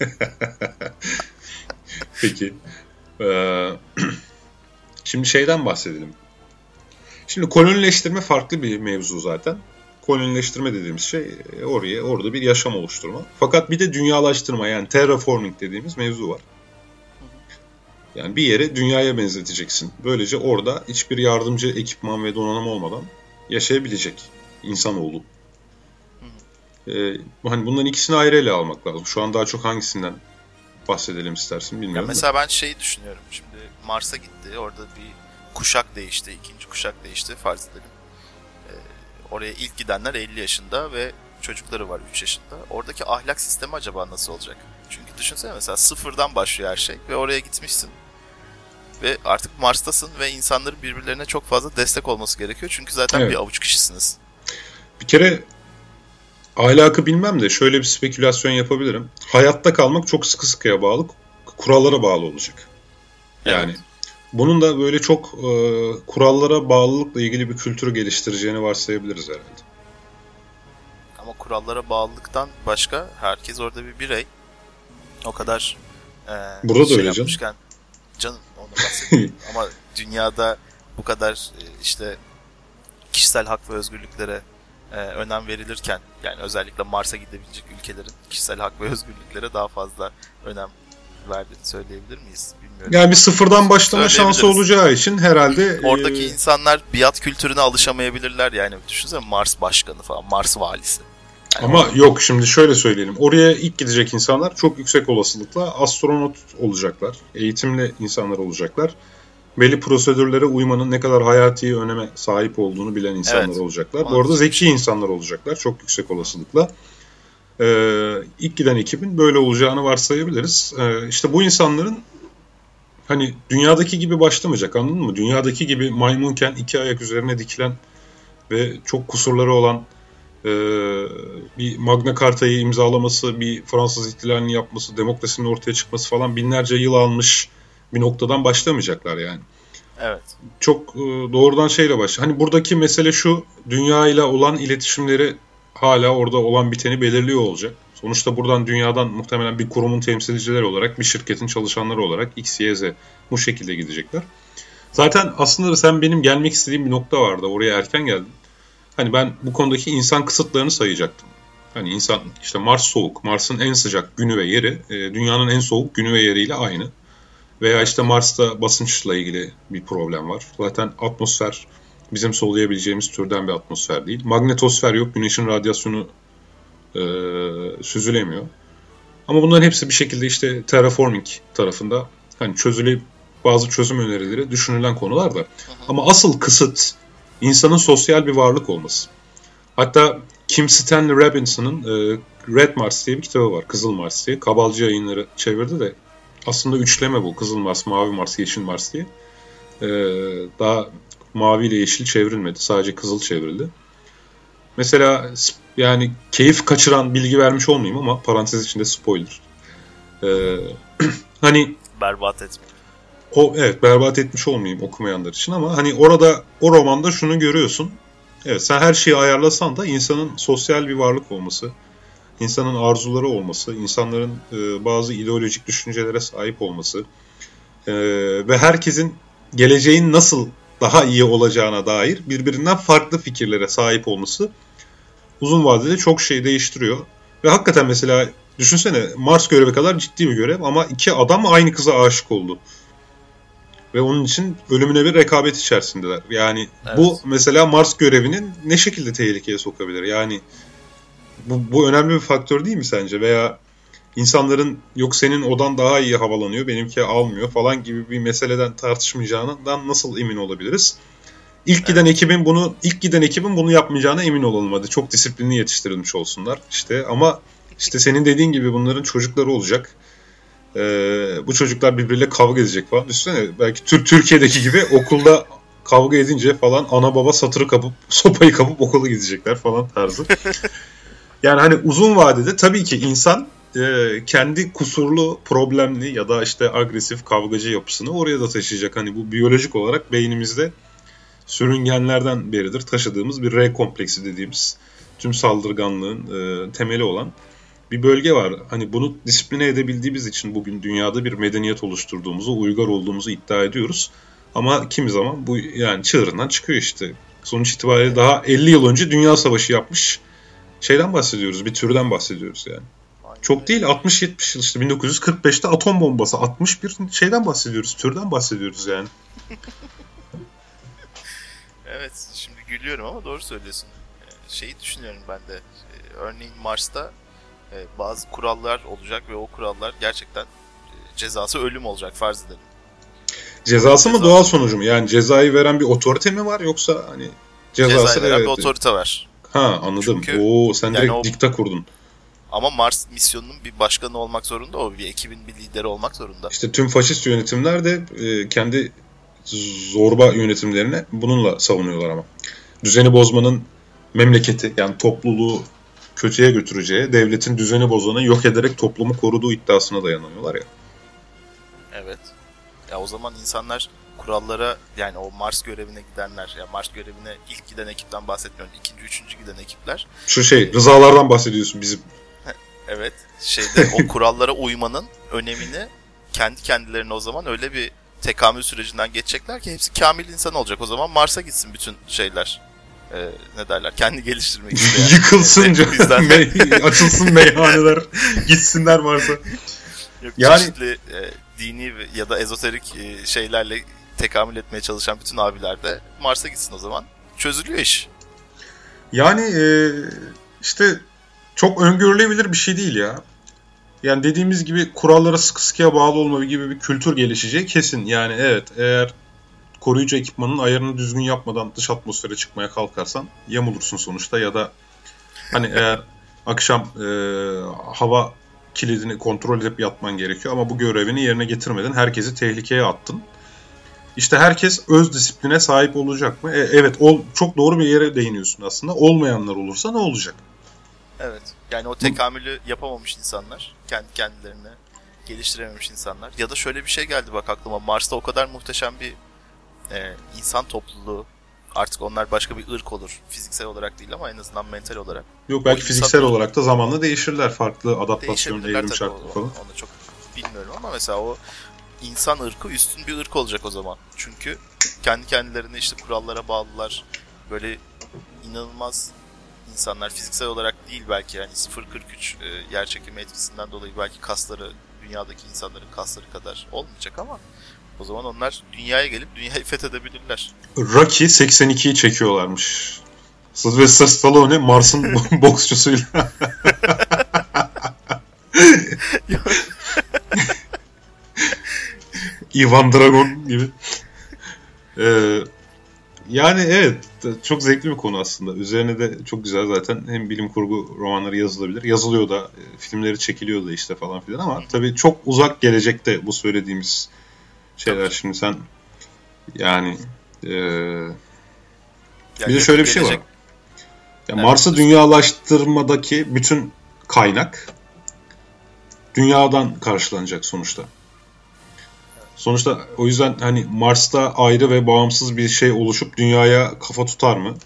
Peki. Şimdi şeyden bahsedelim. Şimdi kolonileştirme farklı bir mevzu zaten. Kolonileştirme dediğimiz şey orada bir yaşam oluşturma. Fakat bir de dünyalaştırma, yani terraforming dediğimiz mevzu var. Yani bir yere dünyaya benzeteceksin. Böylece orada hiçbir yardımcı ekipman ve donanım olmadan yaşayabilecek insanoğlu. Hani bunların ikisini ayrı ele almak lazım. Şu an daha çok hangisinden bahsedelim istersin bilmiyorum.
Ya mesela ben düşünüyorum. Şimdi Mars'a gitti. Orada bir kuşak değişti. İkinci kuşak değişti farz edelim. Oraya ilk gidenler 50 yaşında ve çocukları var 3 yaşında. Oradaki ahlak sistemi acaba nasıl olacak? Çünkü düşünsene, mesela sıfırdan başlıyor her şey ve oraya gitmişsin. Ve artık Mars'tasın ve insanların birbirlerine çok fazla destek olması gerekiyor. Çünkü zaten bir avuç kişisiniz.
Bir kere ahlakı bilmem de şöyle bir spekülasyon yapabilirim. Hayatta kalmak çok sıkıya bağlı, kurallara bağlı olacak. Yani evet. Bunun da böyle çok kurallara bağlılıkla ilgili bir kültürü geliştireceğini varsayabiliriz herhalde.
Ama kurallara bağlılıktan başka herkes orada bir birey. O kadar
burada da öyle
canım onu bahsediyorum. Ama dünyada bu kadar kişisel hak ve özgürlüklere önem verilirken, yani özellikle Mars'a gidebilecek ülkelerin kişisel hak ve özgürlüklere daha fazla önem verdiğini söyleyebilir miyiz? Bilmiyorum.
Yani bir sıfırdan başlama şansı olacağı için herhalde
oradaki insanlar biat kültürüne alışamayabilirler. Yani düşünsene, Mars başkanı falan, Mars valisi. Yani
ama yok, şimdi şöyle söyleyelim. Oraya ilk gidecek insanlar çok yüksek olasılıkla astronot olacaklar. Eğitimli insanlar olacaklar. Belli prosedürlere uymanın ne kadar hayati öneme sahip olduğunu bilen insanlar olacaklar. Bu arada zeki insanlar olacaklar çok yüksek olasılıkla. İlk giden ekibin böyle olacağını varsayabiliriz. İşte bu insanların hani dünyadaki gibi başlamayacak, anladın mı? Dünyadaki gibi maymunken 2 ayak üzerine dikilen ve çok kusurları olan bir Magna Carta'yı imzalaması, bir Fransız ihtilalini yapması, demokrasinin ortaya çıkması falan binlerce yıl almış bir noktadan başlamayacaklar yani.
Evet.
Çok doğrudan şeyle başlıyor. Hani buradaki mesele şu: dünya ile olan iletişimleri hala orada olan biteni belirliyor olacak. Sonuçta buradan dünyadan muhtemelen bir kurumun temsilcileri olarak, bir şirketin çalışanları olarak X, Y, Z bu şekilde gidecekler. Zaten aslında sen benim gelmek istediğim bir nokta vardı. Oraya erken geldin. Hani ben bu konudaki insan kısıtlarını sayacaktım. Hani insan işte Mars soğuk, Mars'ın en sıcak günü ve yeri dünyanın en soğuk günü ve yeriyle aynı. Veya işte Mars'ta basınçla ilgili bir problem var. Zaten atmosfer bizim soluyabileceğimiz türden bir atmosfer değil. Magnetosfer yok, güneşin radyasyonu süzülemiyor. Ama bunların hepsi bir şekilde işte terraforming tarafında hani bazı çözüm önerileri düşünülen konular da. Ama asıl kısıt insanın sosyal bir varlık olması. Hatta Kim Stanley Robinson'ın Red Mars diye bir kitabı var. Kızıl Mars diye. Kabalcı Yayınları çevirdi de aslında üçleme bu. Kızıl Mars, Mavi Mars, Yeşil Mars diye. Daha mavi ile yeşil çevrilmedi. Sadece kızıl çevrildi. Mesela yani keyif kaçıran bilgi vermiş olmayayım ama parantez içinde spoiler. Hani
berbat etme.
Evet, berbat etmiş olmayayım okumayanlar için ama hani orada o romanda şunu görüyorsun. Evet, sen her şeyi ayarlasan da insanın sosyal bir varlık olması, insanın arzuları olması, insanların bazı ideolojik düşüncelere sahip olması ve herkesin geleceğin nasıl daha iyi olacağına dair birbirinden farklı fikirlere sahip olması uzun vadede çok şey değiştiriyor. Ve hakikaten mesela düşünsene Mars görevi kadar ciddi bir görev ama iki adam aynı kıza aşık oldu. Ve onun için ölümüne bir rekabet içerisindeler. Yani evet. Bu mesela Mars görevinin ne şekilde tehlikeye sokabilir? Yani bu önemli bir faktör değil mi sence? Veya insanların yok senin odan daha iyi havalanıyor, benimki almıyor falan gibi bir meseleden tartışmayacağından nasıl emin olabiliriz? İlk giden ekibin bunu yapmayacağına emin olalım hadi. Çok disiplinli yetiştirilmiş olsunlar. İşte ama işte senin dediğin gibi bunların çocukları olacak. Bu çocuklar birbiriyle kavga edecek falan. Düşünsene belki Türkiye'deki gibi okulda kavga edince falan ana baba satırı kapıp sopayı kapıp okula gidecekler falan tarzı. Yani hani uzun vadede tabii ki insan kendi kusurlu, problemli ya da işte agresif, kavgacı yapısını oraya da taşıyacak. Hani bu biyolojik olarak beynimizde sürüngenlerden beridir taşıdığımız bir R kompleksi dediğimiz tüm saldırganlığın temeli olan bir bölge var. Hani bunu disipline edebildiğimiz için bugün dünyada bir medeniyet oluşturduğumuzu, uygar olduğumuzu iddia ediyoruz. Ama kimi zaman bu yani çığırından çıkıyor işte. Sonuç itibariyle daha 50 yıl önce Dünya Savaşı yapmış şeyden bahsediyoruz, bir türden bahsediyoruz yani. Çok değil 60-70 yıl işte 1945'te atom bombası atmış bir şeyden bahsediyoruz, türden bahsediyoruz yani.
Evet, şimdi gülüyorum ama doğru söylüyorsun. Şeyi düşünüyorum ben de. Örneğin Mars'ta bazı kurallar olacak ve o kurallar gerçekten cezası ölüm olacak farz edelim.
Cezası mı doğal sonucu mu? Yani cezayı veren bir otorite mi var yoksa hani
cezayı veren bir otorite var.
Ha anladım.
Çünkü,
sen direkt dikta kurdun.
Ama Mars misyonunun bir başkanı olmak zorunda, o bir ekibin bir lideri olmak zorunda.
İşte tüm faşist yönetimler de kendi zorba yönetimlerine bununla savunuyorlar ama. Düzeni bozmanın memleketi yani topluluğu kötüye götüreceği, devletin düzeni bozanı yok ederek toplumu koruduğu iddiasına dayanıyorlar ya.
Evet. Ya o zaman insanlar kurallara yani o Mars görevine gidenler, ya Mars görevine ilk giden ekipten bahsetmiyorum. İkinci, üçüncü giden ekipler.
Şu rızalardan bahsediyorsun bizim.
Evet. O kurallara uymanın önemini kendi kendilerine o zaman öyle bir tekamül sürecinden geçecekler ki hepsi kamil insan olacak. O zaman Mars'a gitsin bütün şeyler. Ne derler? Kendi geliştirmek isteyen.
Yıkılsın açılsın meyhaneler. Gitsinler Mars'a.
Yani çeşitli dini ya da ezoterik şeylerle tekamül etmeye çalışan bütün abiler de Mars'a gitsin o zaman. Çözülüyor iş.
Yani işte çok öngörülebilir bir şey değil ya. Yani dediğimiz gibi kurallara sıkı sıkıya bağlı olma gibi bir kültür gelişeceği kesin. Yani evet eğer koruyucu ekipmanın ayarını düzgün yapmadan dış atmosfere çıkmaya kalkarsan yamulursun sonuçta ya da hani eğer akşam hava kilidini kontrol edip yatman gerekiyor ama bu görevini yerine getirmeden herkesi tehlikeye attın. İşte herkes öz disipline sahip olacak mı? Evet çok doğru bir yere değiniyorsun aslında. Olmayanlar olursa ne olacak?
Evet. Yani o tekamülü yapamamış insanlar, kendi kendilerini geliştirememiş insanlar. Ya da şöyle bir şey geldi bak aklıma. Mars'ta o kadar muhteşem bir insan topluluğu. Artık onlar başka bir ırk olur. Fiziksel olarak değil ama en azından mental olarak.
Yok belki fiziksel olarak da zamanla değişirler. Farklı adaptasyon, evrim şartları falan.
Onu çok bilmiyorum ama mesela o insan ırkı üstün bir ırk olacak o zaman. Çünkü kendi kendilerine işte kurallara bağlılar. Böyle inanılmaz insanlar fiziksel olarak değil belki yani 0.43 yer çekimi etkisinden dolayı belki kasları dünyadaki insanların kasları kadar olmayacak ama o zaman onlar dünyaya gelip dünyayı fethedebilirler.
Rocky 82'yi çekiyorlarmış. Sylvester Stallone Mars'ın boksçusuyla. Ivan Dragon gibi. Yani evet, çok zevkli bir konu aslında. Üzerine de çok güzel zaten hem bilim kurgu romanları yazılabilir. Yazılıyor da, filmleri çekiliyor da işte falan filan ama tabii çok uzak gelecekte bu söylediğimiz şeyler. Şimdi sen yani bir de şöyle bir şey var. Ya Mars'ı dünyalaştırmadaki bütün kaynak dünyadan karşılanacak sonuçta. Sonuçta o yüzden hani Mars'ta ayrı ve bağımsız bir şey oluşup dünyaya kafa tutar mı?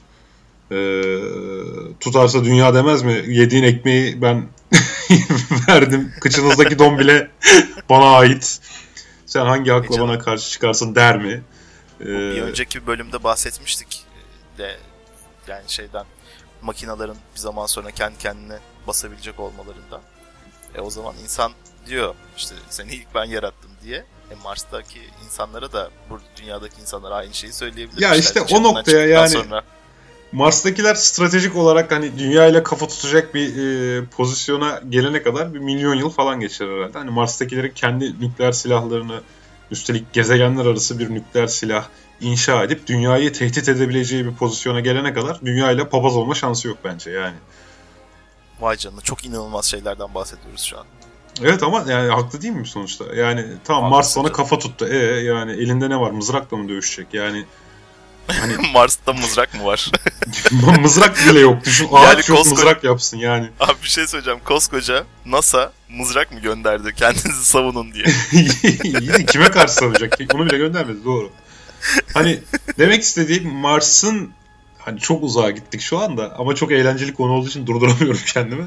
Tutarsa dünya demez mi? Yediğin ekmeği ben verdim. Kıçınızdaki don bile bana ait. Sen hangi hakla bana karşı çıkarsın der mi?
Bir önceki bölümde bahsetmiştik de yani makinelerin bir zaman sonra kendi kendine basabilecek olmalarından. O zaman insan diyor işte seni ilk ben yarattım diye. Mars'taki insanlara da bu dünyadaki insanlara aynı şeyi söyleyebilir.
Ya işte o noktaya yani sonra... Mars'takiler stratejik olarak hani dünya ile kafa tutacak bir pozisyona gelene kadar 1 milyon yıl falan geçer herhalde. Hani Mars'takilerin kendi nükleer silahlarını, üstelik gezegenler arası bir nükleer silah inşa edip dünyayı tehdit edebileceği bir pozisyona gelene kadar dünya ile papaz olma şansı yok bence yani.
Vay canına, çok inanılmaz şeylerden bahsediyoruz şu an.
Evet ama yani haklı değil mi sonuçta? Yani tamam, Mars sana kafa tuttu. Yani elinde ne var? Mızrakla mı dövüşecek? Yani hani
Mars'ta mızrak mı var?
Mızrak bile yok. Düşün, ağaç yok, mızrak yapsın yani.
Abi bir şey söyleyeceğim. Koskoca NASA mızrak mı gönderdi? Kendinizi savunun diye.
Kime karşı savunacak? Onu bile göndermedi, doğru. Hani demek istediğim Mars'ın hani çok uzağa gittik şu anda ama çok eğlenceli konu olduğu için durduramıyorum kendimi.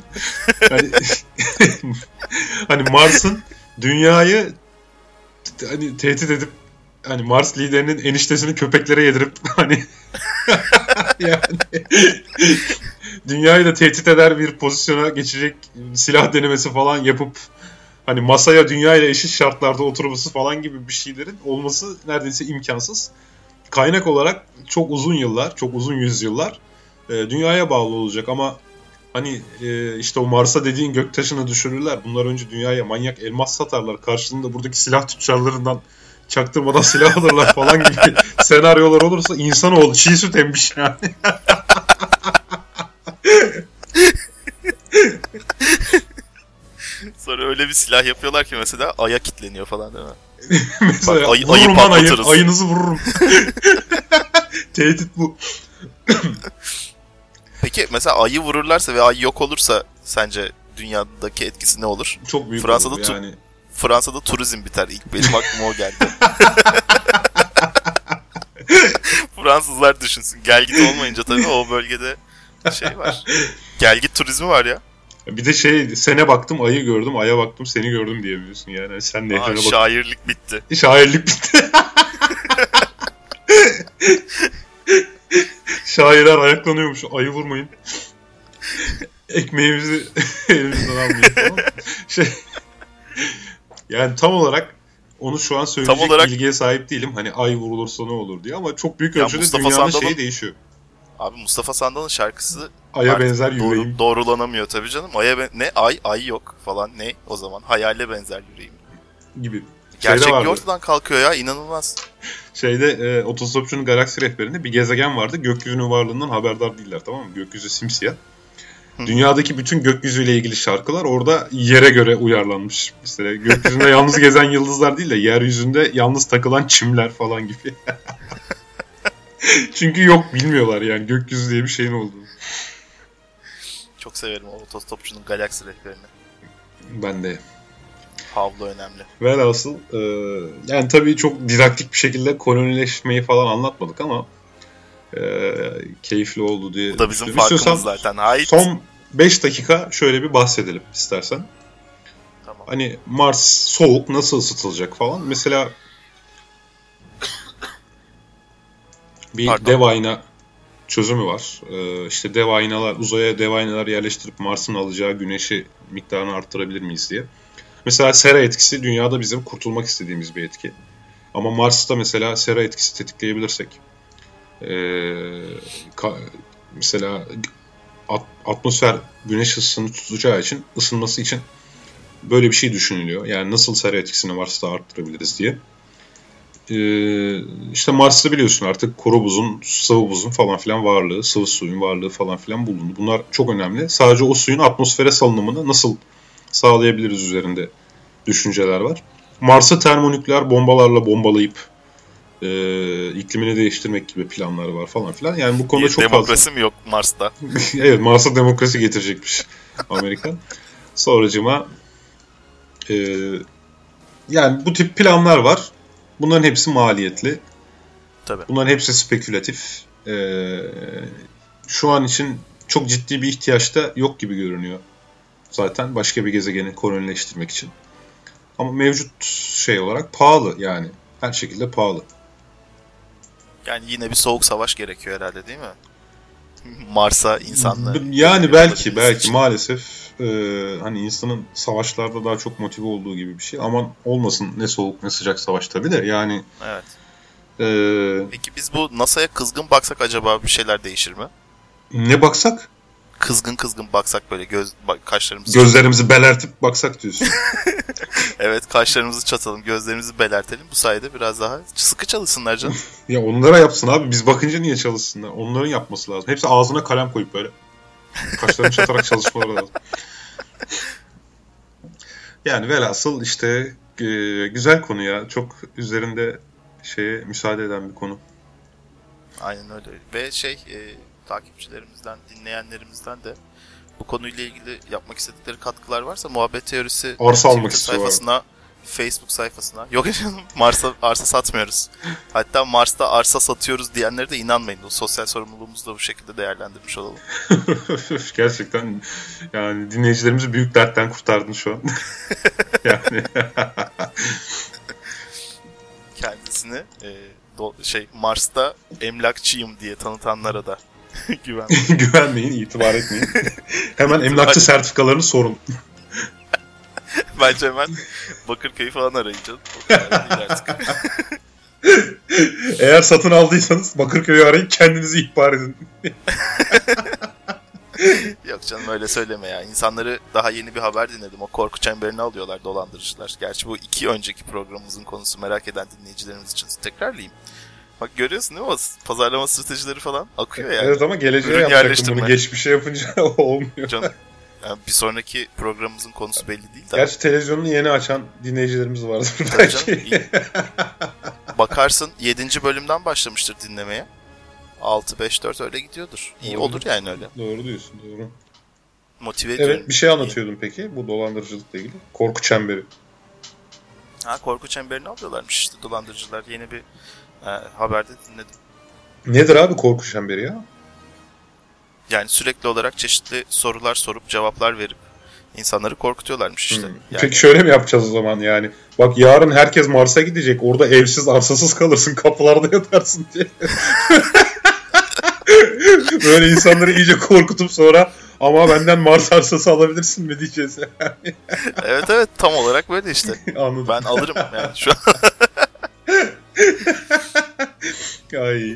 Hani Mars'ın dünyayı hani tehdit edip hani Mars liderinin eniştesini köpeklere yedirip hani yani dünyayı da tehdit eder bir pozisyona geçecek silah denemesi falan yapıp hani masaya dünyayla eşit şartlarda oturması falan gibi bir şeylerin olması neredeyse imkansız. Kaynak olarak çok uzun yıllar, çok uzun yüzyıllar dünyaya bağlı olacak ama hani işte o Mars'a dediğin göktaşını düşürürler. Bunlar önce dünyaya manyak elmas satarlar. Karşılığında buradaki silah tüccarlarından çaktırmadan silah alırlar falan gibi senaryolar olursa insanoğlu çiğ süt emmiş yani.
Sonra öyle bir silah yapıyorlar ki mesela Ay'a kilitleniyor falan değil mi?
Mesela bak, vururum lan ayınızı vururum. Tehdit bu.
Peki mesela Ay'ı vururlarsa ve Ay yok olursa sence dünyadaki etkisi ne olur?
Çok büyük
Fransa'da
olur yani.
Fransa'da turizm biter. İlk benim aklıma o geldi. Fransızlar düşünsün. Gel git olmayınca tabii o bölgede şey var. Gel git turizmi var ya.
Bir de sene baktım ayı gördüm, aya baktım seni gördüm diyemiyorsun yani. Sen ne?
Şairlik bitti.
Şairlik bitti. Şairler ayaklanıyormuş. Ayı vurmayın. Ekmeğimizi elimizden almayın falan. Yani tam olarak onu şu an söyleyecek bilgiye sahip değilim. Hani ay vurulursa ne olur diye ama çok büyük ölçüde dünyanın şeyi değişiyor.
Abi Mustafa Sandal'ın şarkısı
Ay'a benzer yüreğim.
Doğrulanamıyor tabii canım. Ne ay yok falan, ne o zaman hayale benzer yüreğim
gibi.
Gerçekliği ortadan kalkıyor ya, inanılmaz.
Otostopçunun galaksi rehberinde bir gezegen vardı. Gökyüzünün varlığından haberdar değiller, tamam mı? Gökyüzü simsiyah. Dünyadaki bütün gökyüzüyle ilgili şarkılar orada yere göre uyarlanmış. Mesela gökyüzünde yalnız gezen yıldızlar değil de yeryüzünde yalnız takılan çimler falan gibi. Çünkü bilmiyorlar yani gökyüzü diye bir şeyin olduğunu.
Çok severim o otostopçunun galaksi rehberini.
Ben de.
Havlu önemli.
Velhasıl yani tabii çok didaktik bir şekilde kolonileşmeyi falan anlatmadık ama keyifli oldu diye.
Bu da bizim farkımız zaten. Hayır.
Son 5 dakika şöyle bir bahsedelim istersen.
Tamam.
Hani Mars soğuk, nasıl ısıtılacak falan. Mesela bir dev ayna çözümü var. İşte dev aynalar, uzaya dev aynalar yerleştirip Mars'ın alacağı güneşi miktarını arttırabilir miyiz diye. Mesela sera etkisi dünyada bizim kurtulmak istediğimiz bir etki. Ama Mars'ta mesela sera etkisi tetikleyebilirsek, mesela atmosfer güneş ısısını tutacağı için, ısınması için böyle bir şey düşünülüyor. Yani nasıl sera etkisini Mars'ta arttırabiliriz diye. İşte Mars'ta biliyorsun artık kuru buzun, sıvı buzun falan filan varlığı, sıvı suyun varlığı falan filan bulundu. Bunlar çok önemli. Sadece o suyun atmosfere salınımını nasıl sağlayabiliriz üzerinde düşünceler var. Mars'ı termonükleer bombalarla bombalayıp iklimini değiştirmek gibi planlar var falan filan. Yani bu konuda çok
demokrasi
fazla.
mi yok Mars'ta?
Evet, Mars'a demokrasi getirecekmiş Amerika. Sonracıma yani bu tip planlar var. Bunların hepsi maliyetli.
Tabii.
Bunların hepsi spekülatif. Şu an için çok ciddi bir ihtiyaç da yok gibi görünüyor. Zaten başka bir gezegeni kolonileştirmek için. Ama mevcut şey olarak pahalı yani. Her şekilde pahalı.
Yani yine bir soğuk savaş gerekiyor herhalde değil mi? Mars'a insanla.
Yani belki maalesef hani insanın savaşlarda daha çok motive olduğu gibi bir şey. Aman olmasın ne soğuk ne sıcak savaş tabii de yani.
Evet. Peki biz bu NASA'ya kızgın baksak acaba bir şeyler değişir mi?
Ne baksak?
Kızgın baksak böyle kaşlarımızı
gözlerimizi belertip baksak diyorsun.
Evet, kaşlarımızı çatalım, gözlerimizi belertelim. Bu sayede biraz daha sıkı çalışsınlar canım.
Ya onlara yapsın abi. Biz bakınca niye çalışsınlar? Onların yapması lazım. Hepsi ağzına kalem koyup böyle kaşlarını çatarak çalışmaları lazım. Yani velhasıl işte güzel konu ya. Çok üzerinde şeye müsaade eden bir konu.
Aynen öyle. Ve takipçilerimizden, dinleyenlerimizden de bu konuyla ilgili yapmak istedikleri katkılar varsa Muhabbet Teorisi
arsa almak
Twitter sayfasına, Facebook sayfasına. Yok canım, Mars'a arsa satmıyoruz. Hatta Mars'ta arsa satıyoruz diyenlere de inanmayın. O sosyal sorumluluğumuzu da bu şekilde değerlendirmiş olalım.
Gerçekten yani dinleyicilerimizi büyük dertten kurtardın şu an. Yani
kendisini Mars'ta emlakçıyım diye tanıtanlara da
güvenmeyin, itibar etmeyin. Hemen emlakçı sertifikalarını sorun.
Bence hemen Bakırköy'ü falan arayın canım.
Eğer satın aldıysanız Bakırköy'ü arayın, kendinizi ihbar edin.
Yok canım, öyle söyleme ya. İnsanları daha yeni bir haber dinledim. O korku çemberini alıyorlar dolandırıcılar. Gerçi bu 2 önceki programımızın konusu, merak eden dinleyicilerimiz için tekrarlayayım. Bak görüyorsun değil mi? O pazarlama stratejileri falan akıyor yani.
Evet ama geleceğe yapacaktım bunu. Geçmişe yapınca olmuyor.
Canım, yani bir sonraki programımızın konusu belli değil de.
Gerçi televizyonunu yeni açan dinleyicilerimiz vardır belki.
Bakarsın 7. bölümden başlamıştır dinlemeye. 6-5-4 öyle gidiyordur. İyi olur yani öyle.
Doğru diyorsun, doğru.
Motive ediyorum.
Evet, bir şey anlatıyordum peki bu dolandırıcılıkla ilgili. Korku çemberi.
Korku çemberini alıyorlarmış işte dolandırıcılar. Yeni bir haberde dinledim.
Nedir abi korku çemberi ya?
Yani sürekli olarak çeşitli sorular sorup cevaplar verip insanları korkutuyorlarmış işte. Yani...
Peki şöyle mi yapacağız o zaman yani? Bak yarın herkes Mars'a gidecek. Orada evsiz arsasız kalırsın. Kapılarda yatarsın diye. Böyle insanları iyice korkutup sonra ama benden Mars arsası alabilirsin mi diyeceğiz yani.
Evet tam olarak böyle işte.
Anladım.
Ben alırım yani şu an.
Ay.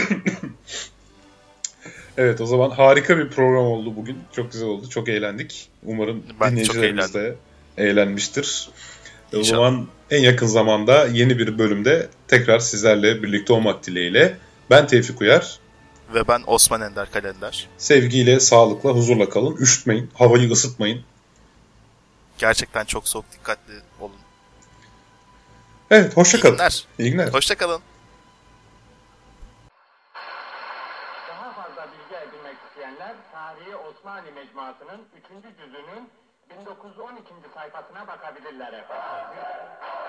Evet, o zaman harika bir program oldu bugün. Çok güzel oldu. Çok eğlendik. Umarım dinleyicilerimiz de eğlenmiştir. O zaman en yakın zamanda yeni bir bölümde tekrar sizlerle birlikte olmak dileğiyle. Ben Tevfik Uyar.
Ve ben Osman Ender Kalender.
Sevgiyle, sağlıkla, huzurla kalın. Üşütmeyin, havayı ısıtmayın.
Gerçekten çok soğuk, dikkatli olun.
Evet, hoşça kalın.
İyi günler. Hoşça kalın.
Daha fazla bilgi edinmek isteyenler Tarihi Osmanlı Mecmuası'nın 3. cüzünün 1912. sayfasına bakabilirler efendim.